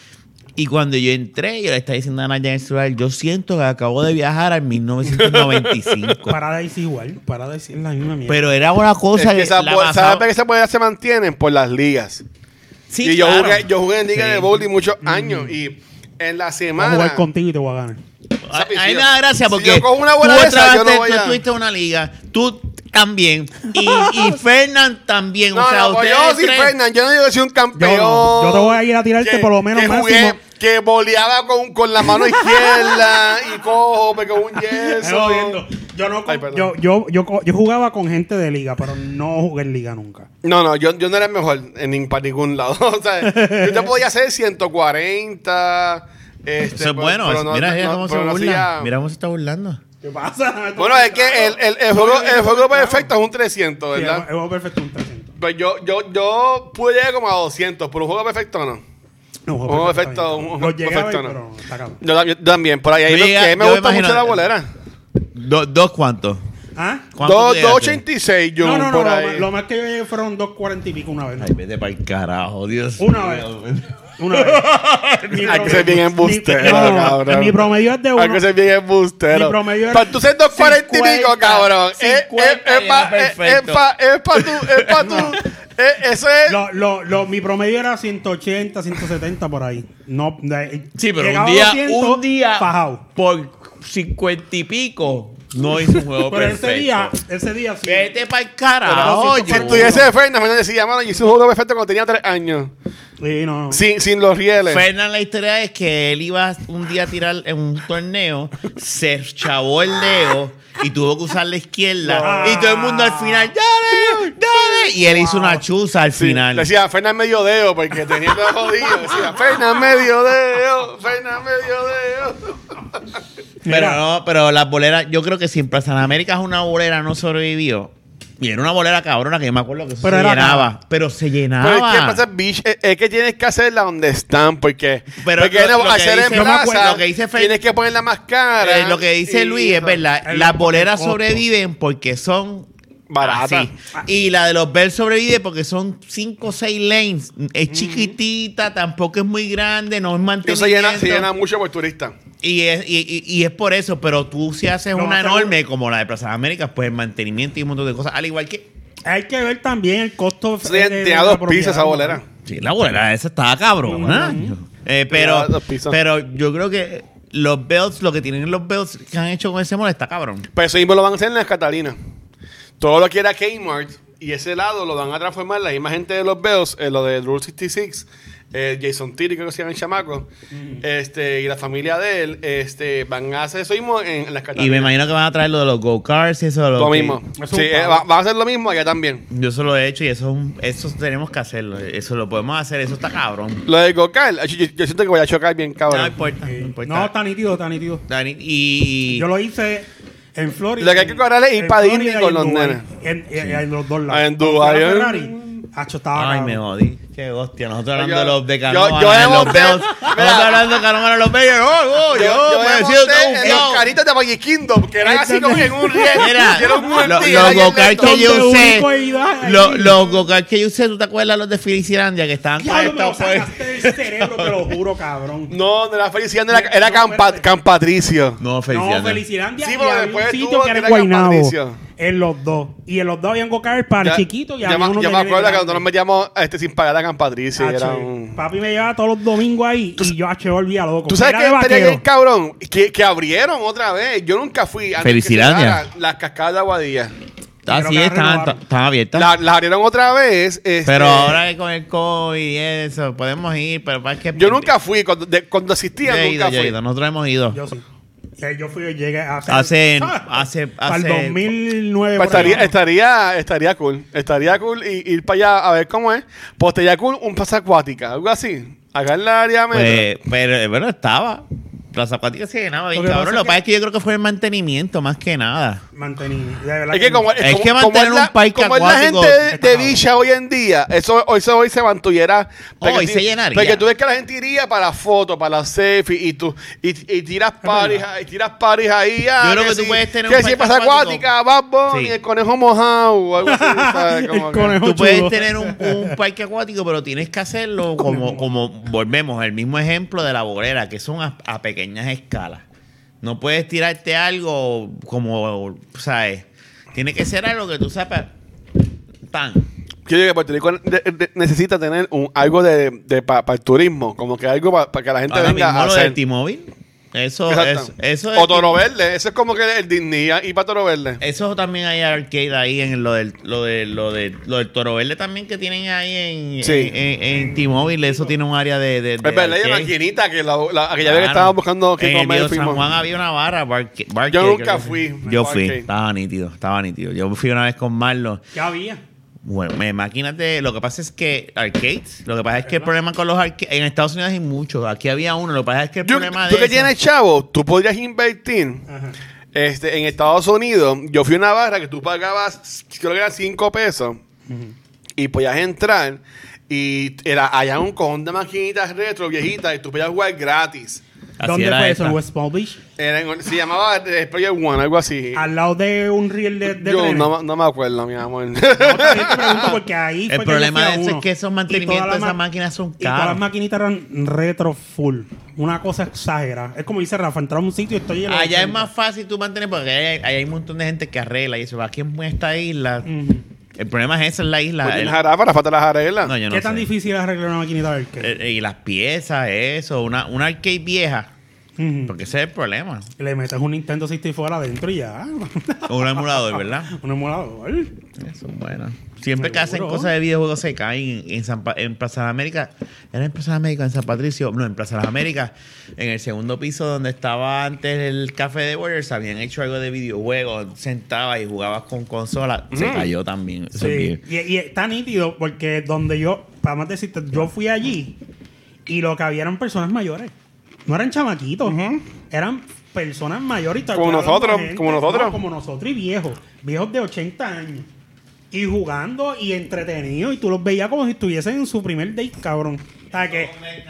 Y cuando yo entré, yo le estaba diciendo a Naya en el celular, yo siento que acabo de viajar al mil novecientos noventa y cinco. Paradise igual. Paradise es la misma mierda. Pero era una cosa Es que esas la bo- pasaba- ¿Sabes por qué esas boleras se mantienen? Por las ligas. Sí, y yo, claro. jugué, yo jugué en liga Sí. de bowling muchos años. Y en la Voy a semana. jugar contigo y te voy a ganar. A, Sapi, a mí si me yo- da gracia si porque yo cojo una bola tú de esa, yo trabajaste- no voy tú a- estuviste en una liga, tú también, y, y Fernán también. No, o sea, no, pues ustedes yo sí, tres- Fernan. Yo no digo que soy un Yo campeón. no. Yo te voy a ir a tirarte que- por lo menos que máximo. jugué, que boleaba con, con la mano izquierda y cojo, me cojo un Es yeso. jodiendo. Yo, no, Ay, perdón. yo, yo, yo, co- yo jugaba con gente de liga, pero no jugué en liga nunca. No, no, yo, yo no era el mejor en, nin- para ningún lado. O sea, yo te podía hacer ciento cuarenta. Este, Eso es pero- bueno. pero es- no- mira no- mira cómo se pero no burla. hacía- Mira cómo se está burlando. ¿Qué pasa? Bueno, es que el, el, el juego, el juego perfecto es un trescientos, Sí, ¿verdad? el juego perfecto un trescientos. Pues yo, yo, yo pude llegar como a doscientos, pero un juego perfecto no. No, Un juego perfecto, está bien. un Lo juego llegué a ver, perfecto, no. pero está cabrón. Yo, tam- yo también, por ahí, ahí Yo me, llegué- que me yo me gusta imagino- mucho la bolera. Do- ¿Dos cuántos? ¿Ah? ¿Cuánto Dos- tú llegaste? dos ochenta y seis, yo No, no, no. por Lo, ahí. más- lo más que yo llegué fueron dos cuarenta y pico una vez. Ay, vete para el carajo, Dios. Una mío. vez. Una vez. Mi Hay que ser bien embustero, mi- no, cabrón. Mi promedio es de Hay uno. que ser bien embustero. Mi promedio era Para tú ser dos cuarenta y pico, cincuenta, cabrón. Es cincuenta y era perfecto. para tú. Es para tú. eh, Eso es. Lo, lo, lo, mi promedio era ciento ochenta, ciento setenta por ahí. No, de- Sí, pero llegaba un a día, doscientos, un día fajado. por cincuenta y pico no hizo un juego Pero perfecto. ese día, ese día sí. Vete para el carajo. Pero si- Si yo- estuviese Fernández, me decía, mano, yo hice un juego perfecto cuando tenía tres años. Sí, no. Sin, sin los rieles. Fernán, la historia es que él iba un día a tirar en un torneo, se chavó el dedo y tuvo que usar la izquierda. No. Y todo el mundo al final, ¡dale! ¡dale! Y él hizo una chuza al Sí, final. decía Fernández medio dedo porque tenía todo jodido. Decía Fernández medio dedo, Fernández medio dedo. Pero Mira. no, pero las boleras, yo creo que si en Plaza de América una bolera no sobrevivió. Y era una bolera cabrona que yo me acuerdo que eso Pero se era llenaba. cara. Pero se llenaba. Pero es que pasa, bitch, es, es que tienes que hacerla donde están, porque, Pero porque lo- no, lo que hacer dice- en yo me acuerdo, plaza, lo que dice Fer- tienes que ponerla más cara. Eh, lo que dice y- Luis es verdad. el- Las el boleras costo. sobreviven porque son Barata. así. Y la de los Bell sobrevive porque son cinco o seis lanes. Es chiquitita, tampoco es muy grande, no es Eso mantenimiento. se llena, se llena mucho por turista. Y es, y, y- y es por eso, pero tú si haces Lo una más seguro- enorme como la de Plaza de Américas, pues el mantenimiento y un montón de cosas. Al igual que... Hay que ver también el costo. Eso de- ya de- de tenía la dos propiedad, pisos esa bolera. Sí, la bolera esa estaba cabrona. Eh, pero, Tenía dos pisos. pero yo creo que los Bells, lo que tienen los Bells que han hecho con ese mall está cabrón. Pero eso mismo lo van a hacer en las Catalinas. Todo lo que era Kmart y ese lado lo van a transformar la misma gente de los Bells, eh, lo de Rule sesenta y seis, eh, Jason Tilly, creo que se llama el chamaco, este, y la familia de él, este, van a hacer eso mismo en, en las Catalinas. Y me imagino que van a traer lo de los go-karts y eso. Lo que- mismo. es Sí, un eh, palo. va, va a hacer lo mismo allá también. Yo eso lo he hecho y eso, es un- eso tenemos que hacerlo. Eso lo podemos hacer, eso está cabrón. Lo de Gocal, yo, yo- yo siento que voy a chocar bien, No cabrón. importa, no Sí. importa. No, está nítido, está nítido. Dani, y, Yo lo hice en Florida. Lo que hay que cobrar es ir en pa' Disney Florida y con en los Dubái. nenes. En, en- en los dos lados. Ah, en Cuando fui a Dubái, ¿eh? Ferrari, hacho, estaba Ay, cabrón. me jodí. Qué hostia. Nosotros hablando Yo- de los de yo- Canóvanas, yo en me los monté- Bells. mira. Nosotros hablando de Canóvanas, los Bells. Oh, oh, Yo, yo, yo me me siento monté en bufiado. los caritos de Magic Kingdom, que eran así como en un riel. Mira, y era un lo- multi, los era bien go-karts lento. que yo Donde usé, único iba ahí. lo- los go-karts que yo usé, ¿tú te acuerdas los de Felicilandia que estaban Diablo, me lo conectados por sacaste del cerebro, te lo juro, cabrón. No, de la felicidad era, era No, Campa- espérate. Campatricio. No, No, Felicilandia. Felicilandia. Sí, y pero había después un sitio tuvo que era que en ir a Guaynabo. Patricio. En los dos. Y en los dos habían go-karts para Ya- chiquitos y ya había me- uno ya de me nene acuerdo que grande. nosotros nos metíamos este, sin pagar a Campatricio. Hacho, Era un... Papi me llevaba todos los domingos ahí y yo H volvía loco. ¿Tú sabes Era qué de estaría vaquero. bien, cabrón? Que, que abrieron otra vez. Yo nunca fui. antes que Felicilandia. cerraran Las cascadas de Aguadilla. Ah, Creo sí, que la estaban renovaron. estaban abiertas. La- Las abrieron otra vez. este, Pero ahora que con el COVID y eso, podemos ir, pero es que... Yo nunca fui. Cuando, de- cuando Yo existía, he ido, nunca yo he fui. ido. Nosotros hemos ido. Yo sí. Eh, Yo fui, llegué a hacer... Hace- Ah, hace- Para el hace- dos mil nueve. Pues por ahí. estaría, estaría, estaría cool. Estaría cool y, ir para allá a ver cómo es. Pues estaría cool un pase acuática, algo así. Acá en la área metro. Pues, pero bueno, estaba. Plaza Acuática se llenaba bien, Lo que cabrón. pasa Lo es que pasa que- es que yo creo que fue el mantenimiento más que nada. Mantenimiento. De verdad Es que como, Es como- que como mantener es la, un parque como es la acuático gente de, está de cabrón. Bicha hoy en día, eso hoy se, hoy se mantuviera. porque Hoy ti- se llenaría. Porque tú ves que la gente iría para las fotos, para las selfies y tú y, y tiras paris, verdad. y tiras paris ahí. ah, Yo creo que tú si- puedes tener que un si parque pasa acuático. acuática, Bad Bunny, Sí. el conejo mojado o algo así, ¿sabes? Como El que- conejo. Tú puedes chulo. tener un, un parque acuático, pero tienes que hacerlo como, como volvemos, el mismo ejemplo de la bolera, que son a, a pequeñas escalas. No puedes tirarte algo como, ¿sabes? Tiene que ser algo que tú sepas. Pan. Yo digo que Puerto Rico de- de- necesita tener un, algo de, de para el turismo, como que algo para que la gente Ahora venga mismo a lo hacer. del T-Mobile. Eso, Exacto. es, eso es. O Toro Verde, eso es como que el Disney y para Toro Verde. Eso también hay arcade ahí en lo del, lo de, lo de, lo del Toro Verde también que tienen ahí en, Sí. en, en- en T-Mobile. Eso tiene un área de. de, de Es verdad, hay una arcade. maquinita que la, la, aquella vez que Claro. estábamos buscando que En el comer Viejo San fuimos. Juan había una barra. barca- barcade, Yo nunca creo que fui. se- Yo fui. Barcade. Estaba nítido. Estaba nítido. Yo fui una vez con Marlon. Ya había. Bueno, me- imagínate, lo que pasa es que arcades, lo que pasa es que el problema con los arcades, en Estados Unidos hay muchos, aquí había uno, lo que pasa es que el Yo- problema tú de que eso- tienes chavo, tú podrías invertir Ajá. este, en Estados Unidos. Yo fui a una barra que tú pagabas, creo que eran cinco pesos, y podías entrar. Y era allá un cojón de maquinitas retro viejitas y tú podías jugar gratis. así ¿Dónde era fue esta. eso? ¿En West Palm Beach? Era en- se llamaba eh, Project One, algo así. Al lado de un riel de, de Yo trenes. no, me- no me acuerdo, mi amor. No, también te pregunto porque ahí fue El que problema yo fui a de eso uno. es que esos Y mantenimientos todas de las esas ma- máquinas son Y todas las caros. maquinitas eran retro full. Una cosa exagerada. Es como dice Rafa, entrar a un sitio y estoy en los Allá es ochenta. más fácil tú mantener porque allá hay, allá hay un montón de gente que arregla y eso. Aquí en esta isla, Ujú. el problema es eso en la isla. Pues El- tienes jarafa, la falta de las arelas. no, yo no ¿Qué tan sé. difícil es arreglar una maquinita de arcade? Eh, Y las piezas, eso, una, una arcade vieja, Ujú. porque ese es el problema. Le metes un Nintendo sesenta y cuatro adentro y ya. O un emulador, ¿verdad? un emulador. Eso es bueno. Siempre que hacen Seguro. cosas de videojuegos se caen en, San Pa- en Plaza de las Américas. Era en Plaza de las Américas, en San Patricio. No, en Plaza de las Américas. En el segundo piso donde estaba antes el café de Warriors, habían hecho algo de videojuegos. Sentabas y jugabas con consola. Se Mm. cayó también. Eso es Sí. bien. Y, y está nítido porque donde yo, para más decirte, yo fui allí y lo que había eran personas mayores. No eran chamaquitos. Eran personas mayores. y te Como estoy hablando nosotros, de gente- como nosotros. no, como nosotros y viejos. Viejos de ochenta años. Y jugando y entretenidos. Y tú los veías como si estuviesen en su primer date, cabrón. O sea que eh,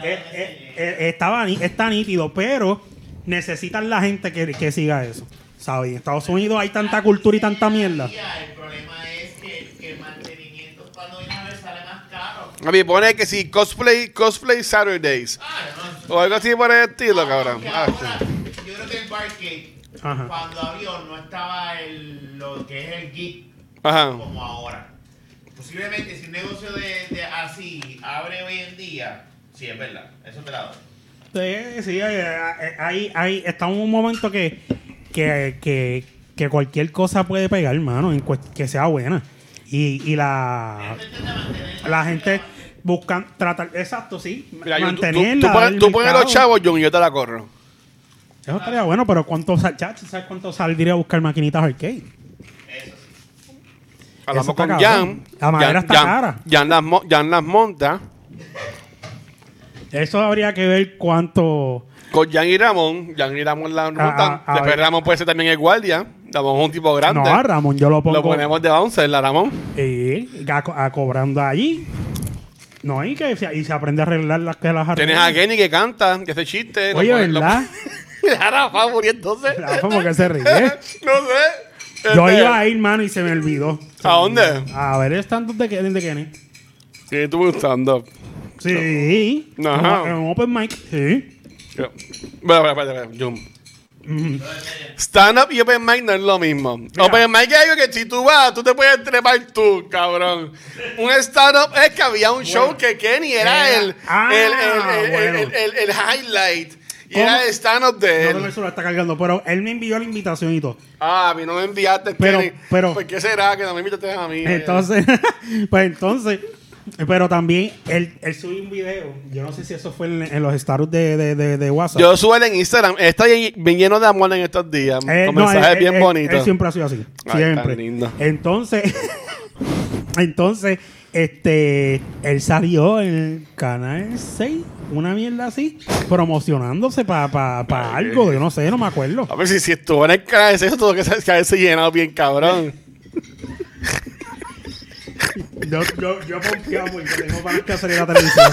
eh, eh, estaba, ni- está nítido, pero necesitan la gente que, que siga eso. ¿Sabes? En Estados Unidos hay tanta cultura y tanta mierda. El problema es que, que el mantenimiento cuando viene a ver sale más caro. A mí pone que si cosplay, cosplay Saturdays. O algo así por el estilo, cabrón. Ah, sí. Yo creo que el Barcade, Ajá. cuando abrió, no estaba el, lo que es el geek Ajá. como ahora. Posiblemente si un negocio de, de así abre hoy en día, sí, es verdad, eso te la doy. Sí, sí, eh, eh, ahí, ahí está un momento que, que, que, que cualquier cosa puede pegar, hermano, en cuest- que sea buena. Y, y la, la gente buscan tratar, exacto, sí, Mira, yo- tú, tú, mantenerla. tú pones, el tú pones mercado. los chavos, John, y yo te la corro. Eso estaría bueno, pero ¿cuánto, sal- chacho, ¿sabes cuánto saldría a buscar maquinitas arcade? Hablamos está con cabrón. Jan. La madera Jan- está Jan- cara. Jan las, mo- Jan las monta. Eso habría que ver cuánto... Con Jan y Ramón. Jan y Ramón la ruta. ah, a Después ver. Ramón puede ser también el guardia. Ramón es un tipo grande. No, a Ramón yo lo pongo... Lo ponemos de bouncer, la Ramón. Y a, co- a cobrando allí. No, y que se, y se aprende a arreglar las que las Tienes arregla. a Kenny que canta, que hace chiste. Oye, ¿verdad? Mira, Rafa muriéndose. Rafa, ¿cómo que se ríe? No sé. Yo Este, iba a ir, mano, y se me olvidó. ¿A dónde? A ver el stand de, Ken- de Kenny. Sí, estuve gustando. Sí. Ajá. En un open mic. Sí. Bueno, espera, espera, espera, Jum. Stand-up y open mic no es lo mismo. Open mic es algo que si tú vas, tú te puedes trepar tú, cabrón. Un stand-up es que había un show que Kenny era Era- el, Ah, el, el, el, bueno. el, el- el highlight. Y ¿Cómo? era el stand-up de No él. te me lo está cargando, pero él me envió la invitación y todo. Ah, a mí no me enviaste, Pero- Kenny. pero- ¿Por qué será que no me invitaste a mí? Entonces, pues entonces, pero también él, él subió un video. Yo no sé si eso fue en, en los status de, de, de, de WhatsApp. Yo subo en Instagram. Está bien bien lleno de amor en estos días. Eh, con no, mensajes él- bien él- bonitos. Él siempre ha sido así. Ay, siempre. tan lindo. Entonces, entonces Este, él salió en el canal seis, una mierda así, promocionándose para pa, pa algo, yo no sé, no me acuerdo. A ver si, si estuvo en el canal eso tuvo que que haberse llenado bien cabrón. Yo, yo, yo confiaba porque tengo para que hacer en la televisión.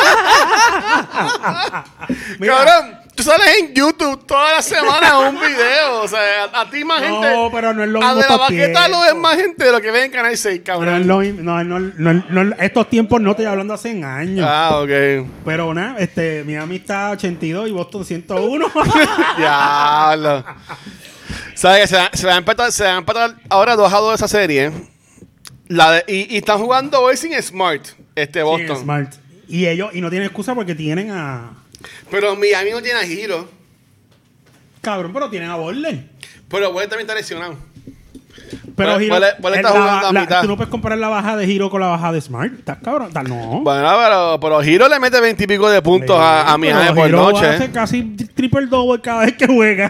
Mira, Cabrón, tú sales en YouTube todas las semanas un video. O sea, a, a ti más No, gente. pero no es lo A mismo de la estos baqueta lo ves tiempos. más gente de lo que ve en Canal seis, no, es cabrón. lo mismo, no, no, no, no, estos tiempos no estoy hablando hace años. Ah, ok. Pero nada, este, Miami está ochenta y dos y Boston ciento uno. Diablo. ¿Sabes que se, va- se va a empatar, se va a empatar ahora dos a dos esa serie? La de, y, y están jugando hoy sin Smart, este Boston. Sí, Smart. Y ellos, y no tienen excusa porque tienen a. Pero Miami no tiene a Giro. Cabrón, pero tienen a Borler. Pero West también está lesionado. Pero Borler- Hiro, Borler- Borler el- está la- jugando a la- mitad. Tú no puedes comparar la baja de Hiro con la baja de Smart. ¿Estás cabrón? ¿Estás- No. Bueno, pero, pero Giro le mete veintipico de puntos a, a Miami Pero por Hiro noche. hace casi triple double cada vez que juega.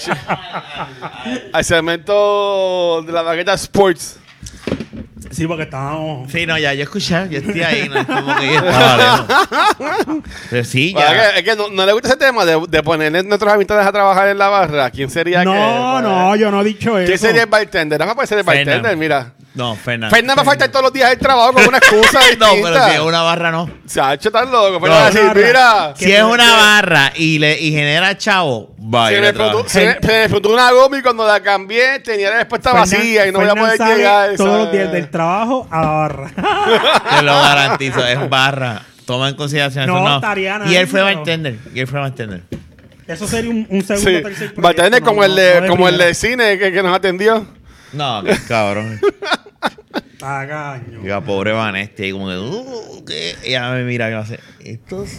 Al segmento de la baqueta Sports. Sí, porque estábamos. Sí, no, ya yo escuché, yo estoy ahí, no es como que yo estaba lejos. Pero sí, Para ya. que- es que no, no le gusta ese tema de, de poner a nuestros amistades a trabajar en la barra. ¿Quién sería No, que, no, yo no he dicho eso. ¿Quién sería el bartender? Nada más puede ser el Fernan. bartender, mira. No, Fernando. Fernan va a faltar todos los días del trabajo con una excusa distinta. No, pero si es una barra, no. Se ha hecho tan loco. Pero No. va a decir, mira. Si es una barra y le y genera chavo, va Se a me, explotó, se, me, se me explotó una goma y cuando la cambié tenía la respuesta vacía y no voy a poder sale llegar. todos ¿sabes? los días del trabajo a la barra. Te lo garantizo, es barra. Toma en consideración No, eso, no. Tariana, Y él fue pero- bartender. Y él fue bartender. Eso sería un, un segundo Sí. tercer proyecto, Bartender no, como, el no, de, no como el primera. de cine que, que nos atendió. No, qué cabrón. Tagaño. Diga, pobre Vanesti, y como que, uh, ¿qué? Y ella me mira y me hace, estos.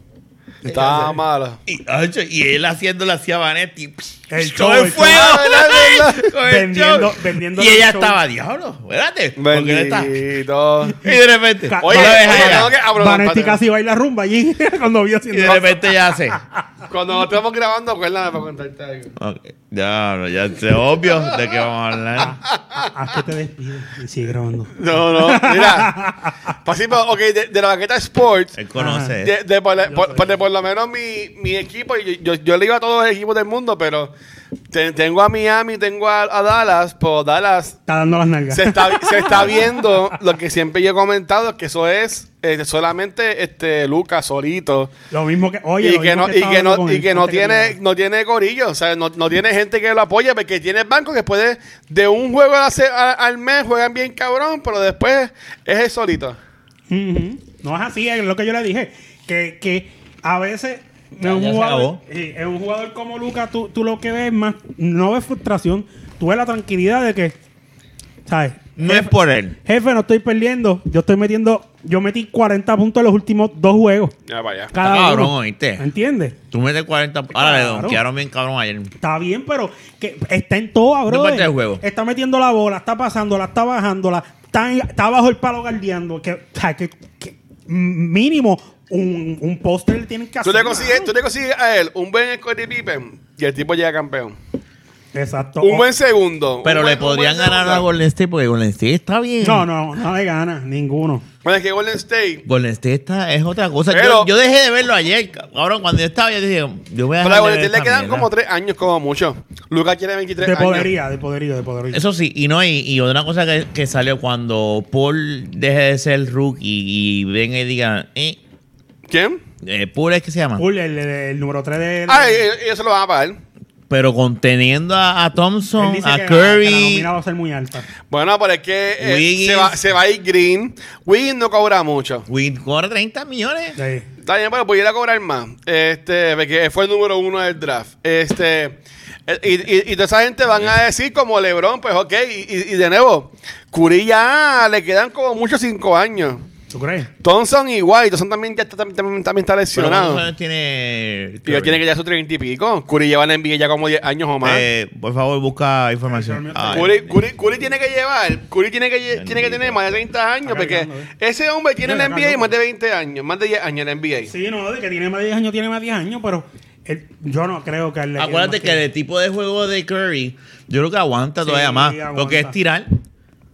Estaba malo. Y, acho, y él haciéndole así a Vanetti. El ¡Con show, el el fuego! show. Con el Vendiendo- show. vendiendo Y ella el show. estaba, diablo, espérate. ¿Por qué no está? Bendito. Y de repente, Ca- Oye, no la ves a oye, ella. tengo que- ah, bro, Vanetti espérate. casi baila rumba allí cuando vio Y haciendo. de repente ella hace. Cuando nos estemos grabando, acuérdame para contarte algo. Ok, ya, no, ya es obvio de qué vamos a hablar. Haz que te despides y sigue grabando. No, no, mira. Pues sí, pero, ok, de, de la baqueta Sports, Él conoce. de, de por, por- por- de por lo menos mi, mi equipo, y yo, yo, yo le iba a todos los equipos del mundo, pero te- tengo a Miami, tengo a, a Dallas, pero Dallas Está dando las nalgas. se está, se está viendo lo que siempre yo he comentado, que eso es eh, solamente este Lucas solito. Lo mismo que. Oye, y lo que mismo no, y estaba que hablando no, con y él que no antes tiene, viniera. no tiene corillo, o sea, no, no tiene gente que lo apoye, porque tiene banco que puede, de un juego al, al mes juegan bien cabrón, pero después es el solito. Ujú. No es así, es lo que yo le dije. Que, que a veces. Ya, en un ya se jugador, acabó. sí, en un jugador como Lucas, tú, tú lo que ves es más. No ves frustración. Tú ves la tranquilidad de que. ¿Sabes? No es por él. Jefe, no estoy perdiendo. Yo estoy metiendo. Yo metí cuarenta puntos en los últimos dos juegos. Ya vaya. Cada Está cabrón, uno. ¿oíste? ¿Entiendes? Tú metes cuarenta. Ahora le Claro. donkearon bien cabrón ayer. Está bien, pero que está en todo, bro. parte del juego. Está metiendo la bola, está pasándola, está bajándola, está, en- está bajo el palo guardiando. Que, o sea, que, que mínimo un, un póster le tienen que Tú hacer. le, consigues, mano. tú le consigues a él un buen Scottie Pippen y el tipo llega campeón. Exacto. Un buen segundo. Pero un le buen- un podrían buen ganar segundo. a Golden State porque Golden State está bien. No, no, no le gana, ninguno. Bueno, es que Golden State. Golden State está, es otra cosa. Pero- yo, yo dejé de verlo ayer. Cabrón, cuando yo estaba, yo dije, yo voy a Pero dejar a de Golden ver State le esta quedan mierda. como tres años, como mucho. Lucas tiene veintitrés De años. podería, de poderío, de poderío. Eso sí, y no, y, y otra cosa que, que salió cuando Paul deje de ser rookie y venga y diga, eh, ¿Quién? eh, Paul es que se llama. Uy, el, el- el número tres de. Ah, ellos, ellos se lo van a pagar. Pero conteniendo a, a él Thompson, dice a que la- que la Curry. nómina va a ser muy alta. Bueno, pero es que eh, Wiggins. se, va, se va a ir Green. Wiggins no cobra mucho. Wiggins cobra treinta millones. Sí. Está bien, pero pudiera cobrar más. Este, porque fue el número uno del draft. Este, eh, y, y, y toda esa gente van a decir como LeBron, pues ok. Y, y, y de nuevo, Curry ya le quedan como muchos cinco años. ¿Tú crees? Thompson igual. Thompson también ya está, también, también está Pero lesionado. ¿cuántos años tiene Y ya tiene que ya su treinta y pico. Curry lleva en la N B A ya como diez años o más. Eh, por favor, busca información. Ay, Ay, Curry, Curry- Curry tiene que llevar, Curry tiene que, lle- tiene que tener más de treinta años, Está porque cargando, ¿eh? ese hombre tiene en la Mira, N B A cargando. más de veinte años, más de diez años en la N B A. Sí, no, de que tiene más de diez años, tiene más de diez años, pero él- yo no creo que a él le quede Acuérdate más que el tipo de juego de Curry, yo creo que aguanta Sí, todavía más. aguanta. Porque es tirar.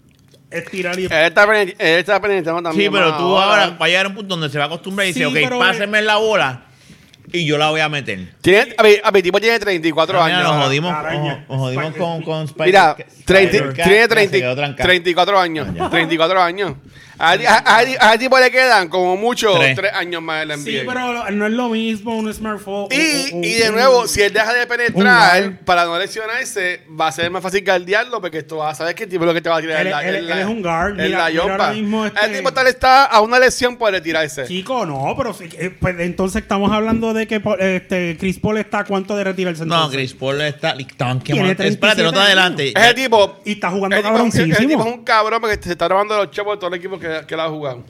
estirar y... Él está, penet- él está penetrando también. Sí, pero más tú ahora vas a llegar a un punto donde se va a acostumbrar y Sí, dice, ok, pero, pásenme la bola y yo la voy a meter. Tiene, a, mi, a mi tipo tiene treinta y cuatro Ah, mira, años. nos ahora. jodimos, Araña. nos jodimos Spider- con, con Spider- Mira, treinta, Spider-Cat, tiene se treinta, quedó trancado. treinta y cuatro años. Ah, ya. treinta y cuatro años. A, a, a, a ese tipo le quedan como mucho Tres. tres años más en la N B A. Sí, pero no es lo mismo un smartphone. Y, un- y de un- nuevo, si él deja de un penetrar guard. para no lesionarse, va a ser más fácil guardiarlo porque tú vas a saber qué tipo es lo que te va a tirar. Él- en la- él- en la- él es un guard. en Mira- la mira ahora yompa. mismo este- El tipo tal está a una lesión por retirarse. Chico, no, pero sí, eh, pues, entonces estamos hablando de que este, Chris Paul está a cuánto de retirarse. No, entonces? Chris Paul está... Estaban Tiene quemando. Espérate, no te treinta y siete adelante. Ese tipo. Y está jugando el tipo- el- el tipo cabroncísimo. es un cabrón porque se está robando los chavos de todo el equipo que, que la ha jugado.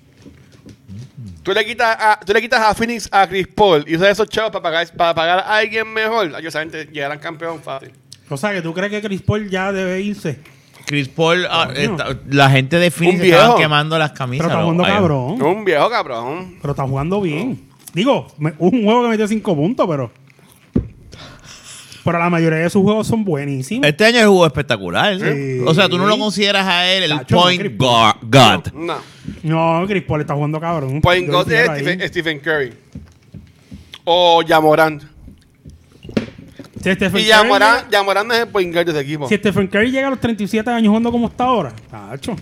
Tú le quitas a, tú le quitas a Phoenix a Chris Paul y usas esos chavos para pagar, para pagar a alguien mejor. Ellos saben que llegarán campeón fácil. O sea, que tú crees que Chris Paul ya debe irse. Chris Paul, ah, Coño. está- la gente de Phoenix Un estaban viejo. quemando las camisas. Pero está lo- jugando ay, cabrón. Un viejo cabrón. Pero está jugando bien. Digo, me- un juego que metió cinco puntos, pero. Pero la mayoría de sus juegos son buenísimos. Este año el juego espectacular. ¿no? Sí. O sea, tú no lo consideras a él el Tacho, no, point Chris guard. guard. No. No, Chris Paul está jugando cabrón. Point Yo guard difiero es ahí. Stephen, Stephen Curry. O Jamorant. Si Stephen Y Curry Jamorant, llega- Jamorant no es el point guard de ese equipo. si Stephen Curry llega a los treinta y siete años jugando como está ahora, tacho.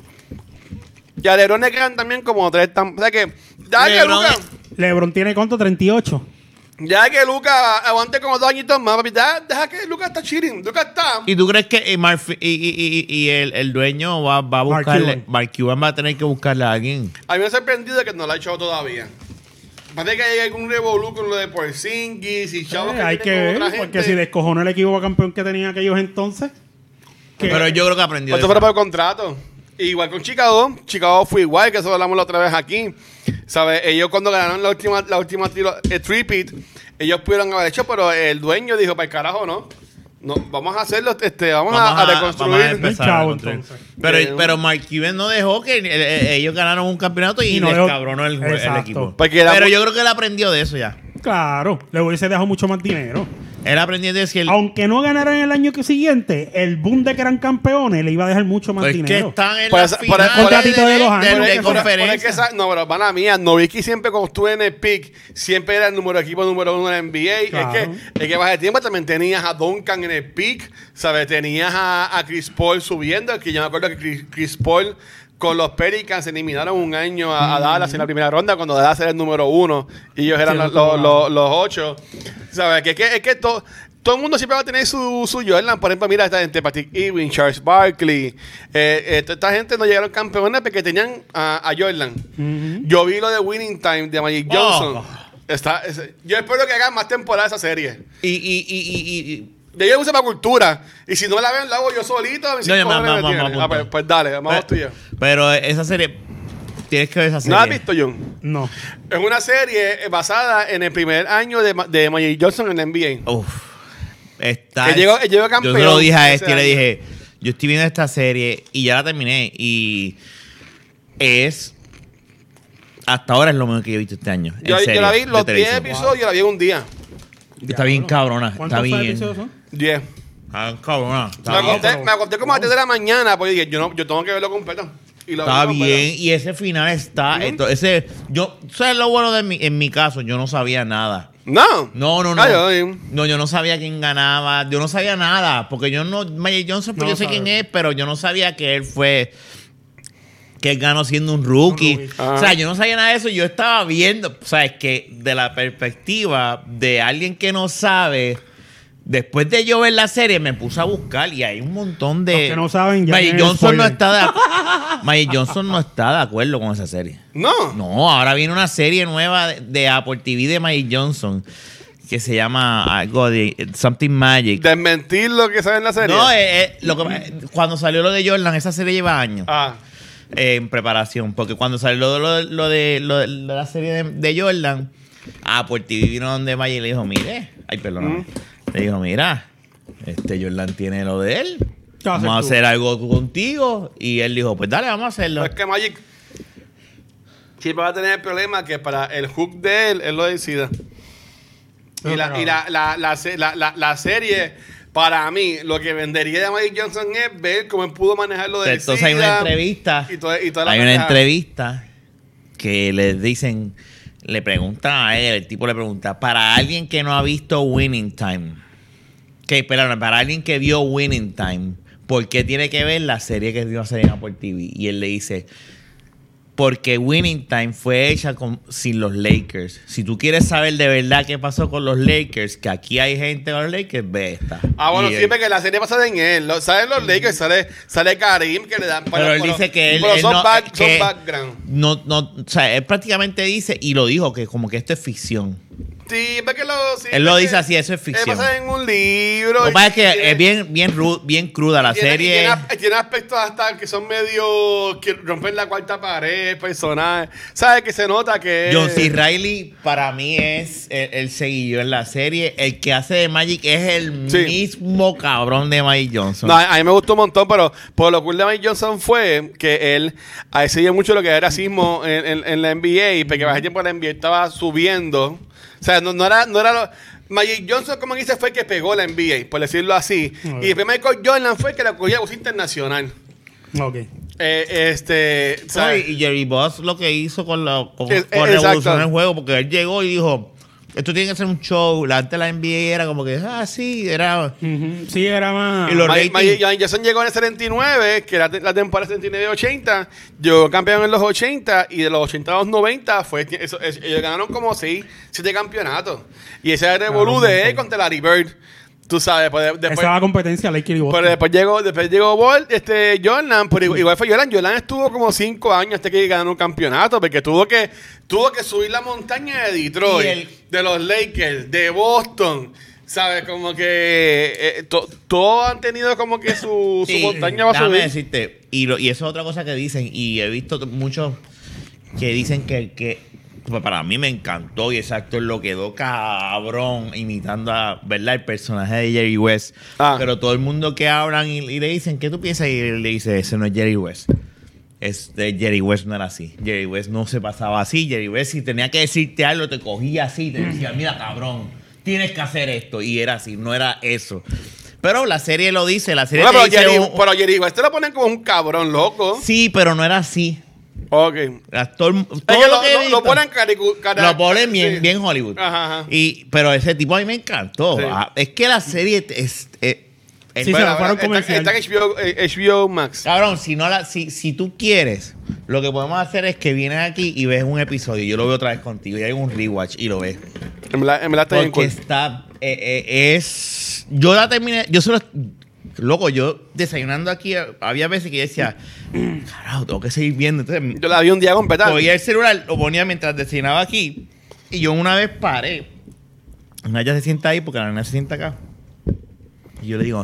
Y a LeBron le quedan también como tres. tam- O sea que. Ya que LeBron Luca. es- LeBron tiene cuánto, treinta y ocho. Ya que Luca aguante como dos añitos más, papi. Ya, deja que Luca está chilling. Luca está. ¿Y tú crees que eh, Marf- y, y- y- y el, el dueño va, va a Mark buscarle? Cuban. Mark Cuban va a tener que buscarle a alguien. A mí me ha sorprendido que no lo ha hecho todavía. Parece que hay algún revolú con lo de Porzingis y chavos Eh, hay que tienen con ver, otra porque gente. si descojonó el equipo campeón que tenía aquellos entonces. que- Pero yo creo que aprendió. Esto de fue eso. por contrato. Igual con Chicago. Chicago fue igual, que eso lo hablamos la otra vez aquí. ¿Sabes? Ellos cuando ganaron la última, la última tiro, el three-peat, ellos pudieron haber hecho, pero el dueño dijo, para el carajo, no. No, vamos a hacerlo, este, vamos, Vamos a, a a- reconstruir. vamos a empezar Chavo, a reconstruir. entonces. Pero, Eh, pero Mark Cuban no dejó que eh, eh, ellos ganaron un campeonato y, Y no les dejó- cabronó el, el Exacto. equipo. Porque era Pero mu- yo creo que él aprendió de eso ya. Claro, le hubiese dejado mucho más dinero. Él aprendió de decir... Aunque no ganaran el año que siguiente, el boom de que eran campeones le iba a dejar mucho más Es que dinero. están en Por la eso- por final eso- contratito de dos años. de, Por de eso- Por- por- conferencia. por- es que esa- no, pero pana mía, Nowitzki siempre cuando estuve en el pick, siempre era el número equipo número uno en la N B A. Claro. Es que, es que bajo el tiempo también tenías a Duncan en el pick, ¿sabes? Tenías a, a Chris Paul subiendo, que yo me acuerdo que Chris, Chris Paul con los Pelicans eliminaron un año a, a Dallas en la primera ronda cuando Dallas era el número uno y ellos eran Sí, los, no los, tuvo los- los ocho. ¿Sabes? Que es que, es que to- todo el mundo siempre va a tener su, su Jordan. Por ejemplo, mira esta gente, Patrick Ewing, Charles Barkley. Eh, eh, toda esta gente no llegaron campeones porque tenían a, a Jordan. Ujú. Yo vi lo de Winning Time de Magic Oh. Johnson. Está, ese- yo espero que hagan más temporadas esa serie. Y, y, y, y, y- De ahí yo uso para cultura. Y si no la ven, la hago yo solito. No, ya, No, vamos, vamos, vamos, ah, pues, pues dale, vamos pero, tú y yo. pero esa serie... Tienes que ver esa serie. ¿No la has visto, John? No. Es una serie eh, basada en el primer año de, Ma- de Magic Johnson en la N B A. Uf. Está, Que llegó- llegó campeón Yo se lo dije a ese este y le año. dije, yo estoy viendo esta serie y ya la terminé y es hasta ahora es lo mejor que yo he visto este año. en Yo, yo serie, la vi de los diez televisión. episodios, yo la vi en un día. Está bien cabrona, ¿Cuántos está bien. episodios son? diez. Está cabrona, está Me bien. acosté, me acosté como a las tres de la mañana, pues dije, yo, no, yo tengo que verlo completo. Y lo Está vi completo. bien y ese final está esto- ese yo ¿sabes lo bueno de mi, en mi caso? Yo no sabía nada. No. No, no, no. Ah, yo, yo. No, yo no sabía quién ganaba. Yo no sabía nada. Porque yo no. Magic Johnson, pues No yo sé sabe. quién es, pero yo no sabía que él fue. Que él ganó siendo un rookie. Un rookie. Ajá. O sea, yo no sabía nada de eso. Yo estaba viendo. O sea, es que de la perspectiva de alguien que no sabe. Después de yo ver la serie, me puse a buscar y hay un montón de. Los que no saben, ya Magic tienen Johnson no spoiler. está de Magic Johnson no está de acuerdo con esa serie. No. No, ahora viene una serie nueva de, de Apple T V de Magic Johnson que se llama algo de Something Magic. Desmentir lo que sale en la serie. No, eh, eh, lo que, cuando salió lo de Jordan, esa serie lleva años Ah. eh, en preparación. Porque cuando salió lo, lo, lo de, lo de la serie de, de Jordan, Apple T V vino donde Magic y le dijo, mire, ay, perdóname. Le dijo, mira, este Jordan tiene lo de él. ¿Qué vas a Vamos a hacer tú? hacer algo contigo. Y él dijo, pues dale, vamos a hacerlo. Es que Magic siempre va a tener el problema que para el hook de él, él lo decida. Y, Pero la, claro. y la, la, la, se- la, la- la serie Para mí, lo que vendería de Magic Johnson es ver cómo él pudo manejarlo de Entonces hay una entrevista. Y toda, y toda la hay una pendeja. entrevista que le dicen, le preguntan a él, el tipo le pregunta, para alguien que no ha visto Winning Time, que, perdón, para alguien que vio Winning Time, ¿por qué tiene que ver la serie que dio a salir en Apple T V? Y él le dice, porque Winning Time fue hecha con, sin los Lakers. Si tú quieres saber de verdad qué pasó con los Lakers, que aquí hay gente con los Lakers, ve esta. Ah, bueno, Y él- siempre que la serie pasa en él. Lo- ¿Saben los Lakers? Sale, sale Karim, que le dan para Pero él dice que él, pero él son, no, back- son que background. no, no, o sea, él prácticamente dice, y lo dijo, que como que esto es ficción. Sí, porque lo, sí, Él lo porque dice así, eso es ficción. Él pasa en un libro. Lo que pasa es y que tiene- es bien, bien, ru- bien cruda la tiene- y serie. Tiene, ap- tiene aspectos hasta que son medio. Que rompen la cuarta pared, personajes. ¿Sabes? Que se nota que. John C. Reilly para mí es el, el seguidor en la serie. El que hace de Magic es el Sí. mismo cabrón de Magic Johnson. No, a a mí me gustó un montón, pero por lo cool de Mike Johnson fue que él a él seguía mucho lo que era racismo en, en- en la N B A, porque hace tiempo la N B A estaba subiendo. O sea, no, no era, no era lo. Magic Johnson, como dice, fue el que pegó la N B A, por decirlo así. Ok. Y después Michael Jordan fue el que la cogió a uso internacional. Ok. Eh, este. No, ¿sabes? y, y Jerry Boss lo que hizo con, la, con, Es- con es- revolucionar exacto. el juego, porque él llegó y dijo, esto tiene que ser un show. La antes la N B A era como que, ah, sí, era... Ujú. Sí, era más. Y los Ma- ratings. Magic Johnson llegó en el setenta y nueve, que era la temporada setenta y nueve ochenta, llegó campeón en los ochenta y de los ochenta a los noventa fue, eso, eso- ellos ganaron como seis, siete campeonatos. Y ese era el revolú un de montón. él contra Larry Bird. Tú sabes, pues, después, Esa era la competencia, Lakers y Boston. pero después llegó, después llegó Ball, este, Jordan, pero igual, igual fue Jordan. Jordan estuvo como cinco años hasta que ganó un campeonato, porque tuvo que, tuvo que subir la montaña de Detroit, Y el- de los Lakers, de Boston. ¿Sabes? Como que eh, to- todos han tenido como que su, su Sí, montaña va a déjame subir. decirte, y, lo- y eso es otra cosa que dicen, y he visto t- muchos que dicen que, que pues, para mí me encantó y ese actor lo quedó cabrón imitando a, ¿verdad? El personaje de Jerry West. Ah. Pero todo el mundo que hablan y, y le dicen, ¿qué tú piensas? Y él le dice, ese no es Jerry West. Este, Jerry West no era así. Jerry West no se pasaba así. Jerry West, si tenía que decirte algo, te cogía así, te decía, mira, cabrón, tienes que hacer esto. Y era así, no era eso. Pero la serie lo dice, la serie Bueno, te pero, dice Jerry, un- pero Jerry West te lo ponen como un cabrón loco. Sí, pero no era así. Ok. Actor, todo Es que lo, lo, que he lo- lo visto, ponen caricu- cara- lo ponen bien, sí. bien Hollywood. Ajá, ajá. Y, pero ese tipo a mí me encantó. Sí. Ah, es que la serie es, es- es- Sí, Bueno, se la fueron está- comercial. Está en H B O, eh, H B O Max. cabrón, si no la, si, si tú quieres, lo que podemos hacer es que vienes aquí y ves un episodio. Yo lo veo otra vez contigo y hay un rewatch y lo ves. En verdad, en verdad está bien Porque cool. está eh, eh, es yo la terminé, yo solo loco, yo desayunando aquí había veces que yo decía, carajo, tengo que seguir viendo. Entonces, Yo la vi un día completa. cogía el celular, lo ponía mientras desayunaba aquí. Y yo una vez paré. Naya se sienta ahí porque la nena se sienta acá. Y yo le digo,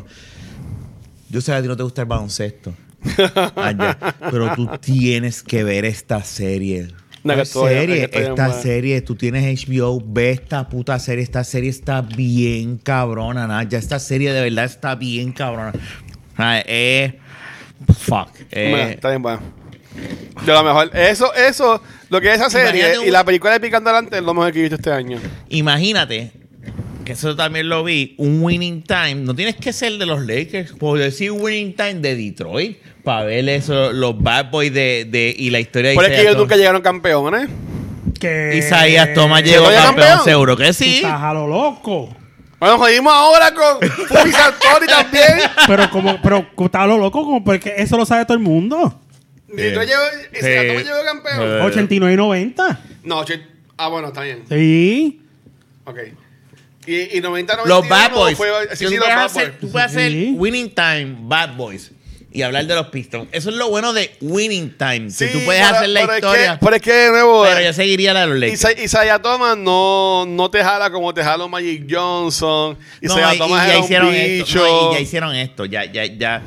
yo sé que a ti no te gusta el baloncesto, Naya, pero tú tienes que ver esta serie. No, que ¿Cuál estoy- que serie? estoy en Esta madre. serie, tú tienes H B O, ve esta puta serie. Esta serie está bien cabrona, Naya. Esta serie de verdad está bien cabrona. Ah, Eh, fuck. eh, Bueno, está bien bueno. De lo mejor. Eso, eso, lo que es esa serie Imagínate un- y la película de Picando Adelante es lo mejor que he visto este año. Imagínate, que eso también lo vi, un winning time. No tienes que ser de los Lakers, por decir winning time de Detroit, para ver eso, los bad boys de, de, y la historia de Por es que Isaiah ellos nunca Thomas. llegaron campeones. Que... Isaías Thomas ¿Que llegó todavía campeón, campeón? seguro que Tú sí. estás a lo loco. Bueno, jodimos ahora con Fubi Sartori también. Pero como, pero estás a lo loco como porque eso lo sabe todo el mundo. Detroit llegó, y Sí. Isaiah Thomas llegó campeón. Eh. ochenta y nueve y noventa. No, che- ah, bueno, está bien. Sí. Ok. Y, y noventa, noventa y Los uno Bad Boys. Fue, sí, tú, sí, los puedes Bad hacer, Boys. tú puedes hacer Sí. winning time, bad boys, y hablar de los Pistons. Eso es lo bueno de winning time. Sí, que tú puedes pero- hacer la pero es historia. que- pero es que de nuevo. pero eh, yo seguiría la de los Lakers. Isa- Isaiah Thomas no, no te jala como te jala Magic Johnson. No, Isaiah y- y Thomas ya era un hicieron esto, bicho. no, y ya hicieron esto, ya, ya, ya.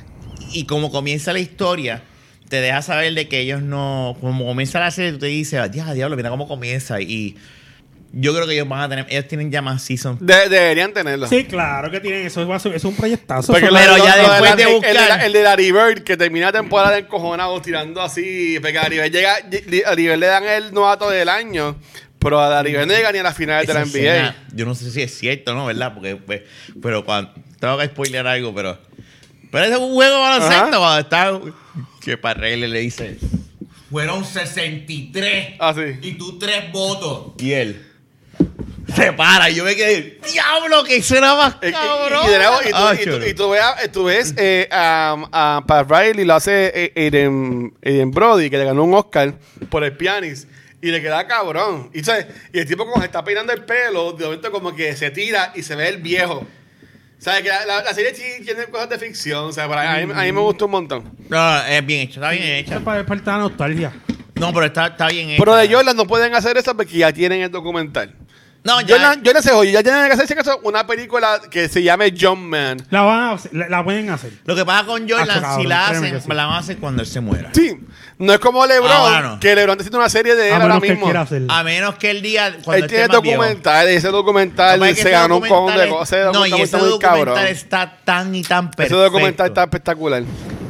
Y como comienza la historia, te deja saber de que ellos no, como comienza la serie, tú te dices, ya, diablo, mira cómo comienza. Y yo creo que ellos van a tener, ellos tienen ya más seasons. De- deberían tenerlo. Sí, claro que tienen eso. va a ser- Es un proyectazo. Porque Eso- lo- Pero lo- ya lo después la- de el- el, buscar- El de Larry Bird, que termina la temporada encojonado tirando así. Porque a Larry Bird llega, a Larry Bird le dan el novato del año. Pero a Larry Bird no llega ni a las finales de la Esa N B A. escena, yo no sé si es cierto, ¿no? ¿Verdad? Porque, pues, pero cuando tengo que spoilear algo, pero... Pero ese es un juego de baloncesto cuando está... Que para Rayleigh le dice... Fueron sesenta y tres. Ah, sí. Y tú tres votos. Y él... Se para. Y yo me quedé... ¡Diablo! Que suena más Eh, cabrón. Y, y, de nuevo, y, tú, Ah, y, tú, chulo. y tú veas- tú ves eh, a, a Pat Riley lo hace eh, Aiden, Aiden Brody, que le ganó un Oscar por el pianist. Y le queda cabrón. Y, ¿sabes? Y el tipo como se está peinando el pelo, de momento como que se tira y se ve el viejo. ¿Sabes? Que la, la, la serie sí tiene cosas de ficción. O sea, para, a, mí, a mí me gustó un montón. No, es bien hecho. Está bien Eso hecho. es para despertar la nostalgia. No, pero está, está bien hecho. Pero de Jordan no pueden hacer eso porque ya tienen el documental. No, ya... Jordan, Jordan se jodió. Ya tienen que hacer si acaso, una película que se llame John Man. La van a hacer- la, la pueden hacer. Lo que pasa con Jordan, Ah, cabrón, si la créeme hacen, que sí. la van a hacer cuando él se muera. Sí. No es como LeBron, Ahora no. que LeBron está haciendo una serie de él A ahora menos que él mismo. quiera hacerla. A menos que el día... Cuando Él esté tiene más viejo. documental, ese documental Lo que pasa es que se ese ganó un con documental de es- cosas. Ese No, y documental ese está muy documental cabrón. está tan y tan perfecto. Ese documental está espectacular.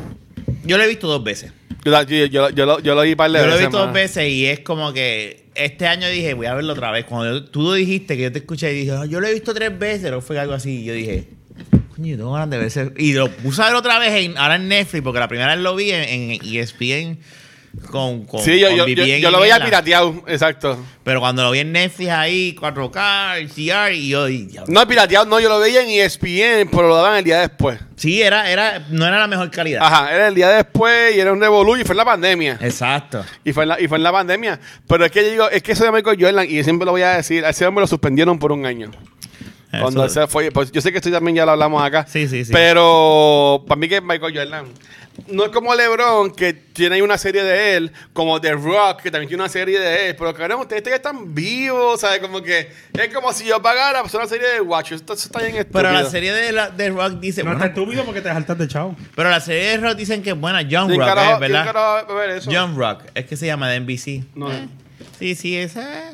Yo lo he visto dos veces. Yo, la- yo, yo, yo, lo, yo lo vi un par de Yo lo he veces. visto dos mano. veces y es como que este año dije, voy a verlo otra vez. Cuando yo- tú lo dijiste, que yo te escuché y dije, "Ah, yo lo he visto tres veces", o fue algo así. Y yo dije, coño, yo tengo ganas de ver ese. Y lo puse a ver otra vez en, ahora en Netflix, porque la primera vez lo vi en, en E S P N con, con, Sí, yo, con yo, V yo, P N yo y lo veía mierda. pirateado, exacto. Pero cuando lo vi en Netflix ahí, cuatro K, H D R, y yo, y, diablo. No, pirateado, no, yo lo veía en E S P N, pero lo daban el día después. Sí, era, era, no era la mejor calidad. Ajá, era el día después y era un revolú y fue en la pandemia. Exacto. Y fue, en la, y fue en la pandemia. Pero es que yo digo, es que eso de Michael Jordan, y yo siempre lo voy a decir, a ese hombre lo suspendieron por un año. Cuando Eso- se fue, pues yo sé que esto también ya lo hablamos acá. Sí, sí, sí. Pero para mí que Michael Jordan no es como LeBron, que tiene una serie de él, como The Rock, que también tiene una serie de él. Pero cabrón, ustedes ya están vivos, ¿sabes? Como que es como si yo pagara pues, una serie de Watch. Esto, esto está bien estúpido. Pero la serie de, la, de Rock dice, No bueno, está estúpido porque te saltas de chavo. pero la serie de Rock dicen que es buena. John ¿Quién Rock, carajo- es, quién ¿verdad? carajo va a ver eso? John Rock, es que se llama de N B C. No. Eh, Sí, sí, esa.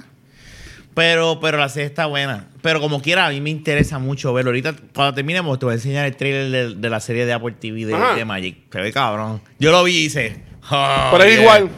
Pero, pero la serie está buena. Pero como quiera, a mí me interesa mucho verlo. Ahorita, cuando terminemos, te voy a enseñar el trailer de, de la serie de Apple T V de, Ajá. de Magic. Se ve cabrón. Yo lo vi y hice. "Oh, Pero es yeah". igual.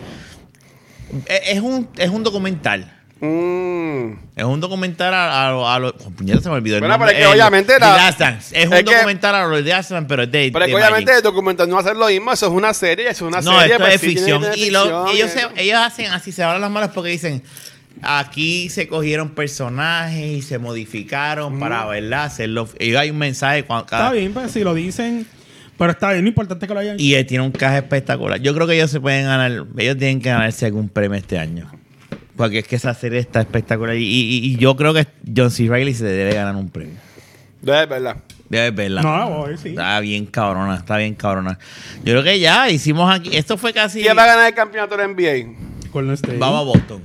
Es, es un, es un documental. Mm. Es un documental a, a, lo- a lo. oh, puñeta, se me olvidó el Bueno, nombre. pero es que El- obviamente The la- Last Dance. Es un es que- documental a lo de The Last Dance, pero es de. Pero es de que obviamente Magic. el documental no va a ser lo mismo. Eso es una serie, eso es una No, serie. esto pues es sí tiene ficción. que tener Y lo- ficción, ellos, eh. se- ellos hacen así, se abren las manos porque dicen, aquí se cogieron personajes y se modificaron para, ¿verdad? Hacerlo. Y hay un mensaje. Cuando, cada- Está bien, pues si lo dicen. Pero está bien, lo importante es que lo hayan. Y él tiene un caje espectacular. Yo creo que ellos se pueden ganar, ellos tienen que ganarse algún premio este año. Porque es que esa serie está espectacular. Y, y- y yo creo que John C. Reilly se debe ganar un premio. De verdad. Debe verla. No, voy, sí. Está bien cabrona, está bien cabrona. Yo creo que ya hicimos aquí. Esto fue casi. ¿Quién va a ganar el campeonato de N B A? Golden State. Vamos a Boston.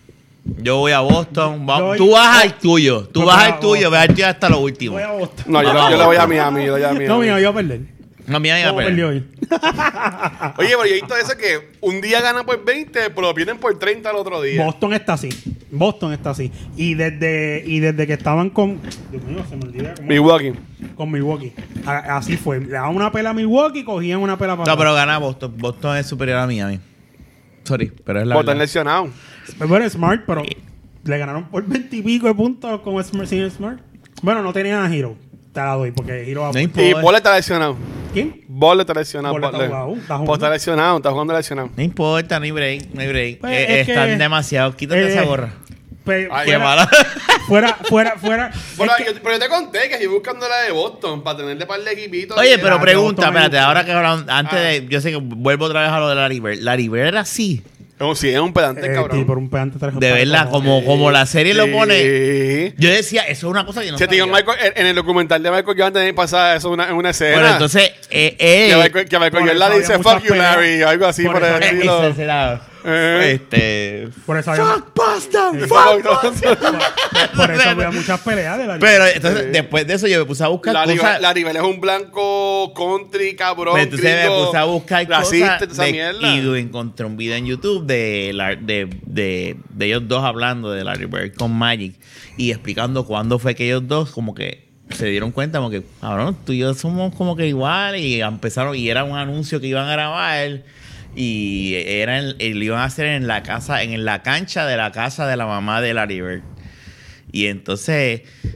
Yo voy a Boston. Va- Yo voy- tú vas al tuyo. Tú Yo vas voy a al tuyo. Boston. Ve al tuyo hasta lo último. Voy a Boston. No, yo, lo- yo le voy a Miami. Yo le voy a Miami. No, mira, yo voy a perder. No, mira, mira, ¿Cómo espera. perdió hoy? Oye, pero yo he visto eso que un día ganan por veinte, pero lo pierden por treinta el otro día. Boston está así. Boston está así. Y desde, y desde que estaban con. Dios mío, se me olvida. cómo- Milwaukee. Con Milwaukee. A- así fue. Le daban una pela a Milwaukee, cogían una pela para. No, pero gana Boston. Boston es superior a Miami. Sorry, pero es la Por estar verdad. lesionado. Bueno, Smart, pero le ganaron por veinte y pico de puntos con Smart, sin Smart. Bueno, no tenían a Hero. Te la doy porque Hero va No Y importa. Ball está lesionado. ¿Quién? Ball está lesionado. Ball está Ball- jugado, está jugando. Ball está lesionado, está jugando lesionado. No importa, no hay break. No hay break. Pues, Eh, es que- están demasiado. Quítate eh, esa gorra. Pe- Ay, Qué fuera, mala. fuera, fuera, fuera. Bueno, Es que- yo, pero yo te conté que estoy buscando la de Boston para tenerle par de equipitos. Oye, de- pero Ah, pregunta, Boston me espérate, gusta. ahora que hablamos, antes Ah. de, yo sé que vuelvo otra vez a lo de Larry Bird. Larry Bird era así. Oh, sí, es un pedante, eh, cabrón. sí, por un pedante tres De verdad, como, como la serie lo pone. Sí. Yo decía, eso es una cosa que no Se te digo, sabía. Michael, en en el documental de Michael Jordan también pasa eso en una, en una escena. Bueno, entonces, eh, que eh, Michael, que Michael por Jordan eso le dice había fuck muchas you, peleas. Larry, o algo así Por por, eso el había- estilo. ese será, Eh. este, Por eso había, fuck Boston, Sí. fuck por eso había muchas peleas de la Pero entonces, Sí. después de eso, yo me puse a buscar Larry, cosas. Larry Bell es un blanco country, cabrón. Pues entonces me gringo, puse a buscar racista, cosas esa de- mierda. y encontré un video en YouTube de, la- de, de, de ellos dos hablando de Larry Bird con Magic y explicando cuándo fue que ellos dos como que se dieron cuenta como que, cabrón, tú y yo somos como que iguales y empezaron y era un anuncio que iban a grabar y era en- y lo iban a hacer en la casa, en la cancha de la casa de la mamá de Larry Bird. Y entonces,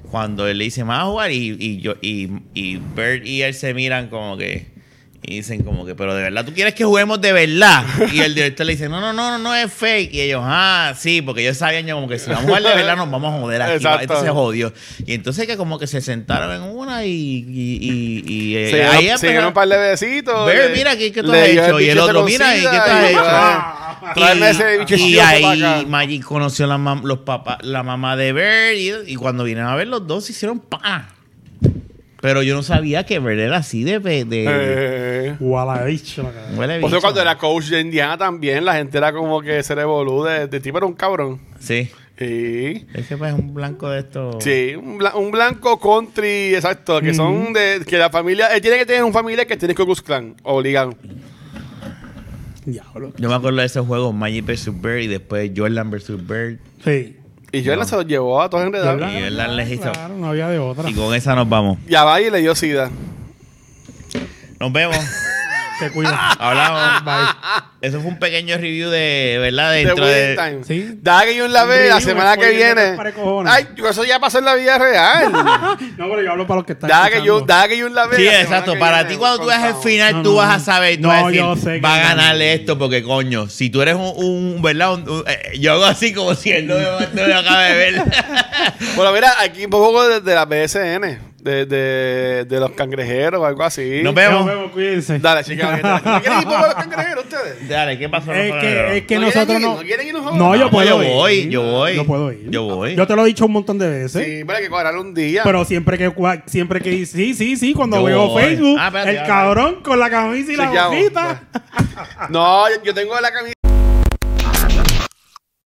cuando él le dice, vamos a jugar, y, y yo, y, y Bert y él se miran como que, y dicen como que, pero de verdad, ¿tú quieres que juguemos de verdad? Y el director le dice, no, no, no, no, no es fake. Y ellos, ah, sí, porque ellos sabían ya como que si vamos a jugar de verdad nos vamos a joder aquí. Exacto. Entonces se jodió. Y entonces que como que se sentaron en una y, y, y, y eh, Se dieron, ahí se empezó- dieron un par de besitos. Ver, le- mira, ¿qué, qué tú le has dio hecho? Y el bicho otro, ese mira, ¿y qué tú cosida, has y- hecho? ah, tráeme ese bicho Y chiquito ahí para acá. Magic conoció la, mam- los papás, la mamá de Bert y, y cuando vinieron a ver los dos se hicieron pa. Pero yo no sabía que Bert era así de... de, de- Eh, Guala, bicho, la cara. huele Por eso bicho. cuando era coach de Indiana también, la gente era como que se revolú de, de tipo era un cabrón. Sí. Sí. Es que pues es un blanco de esto. Sí, un, bla- un blanco country, exacto, que son de que la familia, él tiene que tener un familia que tiene Ku Klux Klan, obligado. Diablo. Yo me acuerdo de esos juegos, Magic versus Bird y después Jordan versus Bird. Sí. Y Jordan se los llevó a todos enredados. Y él la les hizo. Claro, no había de otra. Y con esa nos vamos. Y a Valle le dio sida. Nos vemos. Te cuida. Hablamos. Bye. Eso fue un pequeño review de, ¿verdad? De Dentro de... Winning Time. Sí. Da que yo en la Un ve la review, semana que spoiler de viene. tres pares de cojones. Ay, eso ya pasó en la vida real. No, pero yo hablo para los que están Da que yo, escuchando. da que yo en la ve. Sí, la semana exacto. que Para viene, ti, cuando tú veas el contado. final, No, tú no, vas a no. saber, tú No, vas a yo decir, sé que va a no. ganarle esto, porque coño, si tú eres un, un ¿verdad? Un- un- eh, yo hago así como si él no me, no me acaba de ver. Bueno, mira, aquí un poco de, de la B S N. De, de, de los cangrejeros o algo así. Nos vemos. Nos vemos, cuídense. Dale, chicas. ¿No quieren ir por los cangrejeros ustedes? Dale, ¿qué pasó? Es que, es que ¿No nosotros quieren ir? no. ¿No quieren ir nosotros? No, yo No, puedo yo ir. voy, yo voy. Yo puedo ir. Yo voy. Yo te lo he dicho un montón de veces. Sí, pero hay que cuadrar un día. Pero siempre que cua- siempre que sí, sí, sí, cuando Yo veo voy. Facebook, Ah, espérate, el ya, cabrón con la camisa y la Chequeamos. hojita. No, yo, yo tengo la camisa.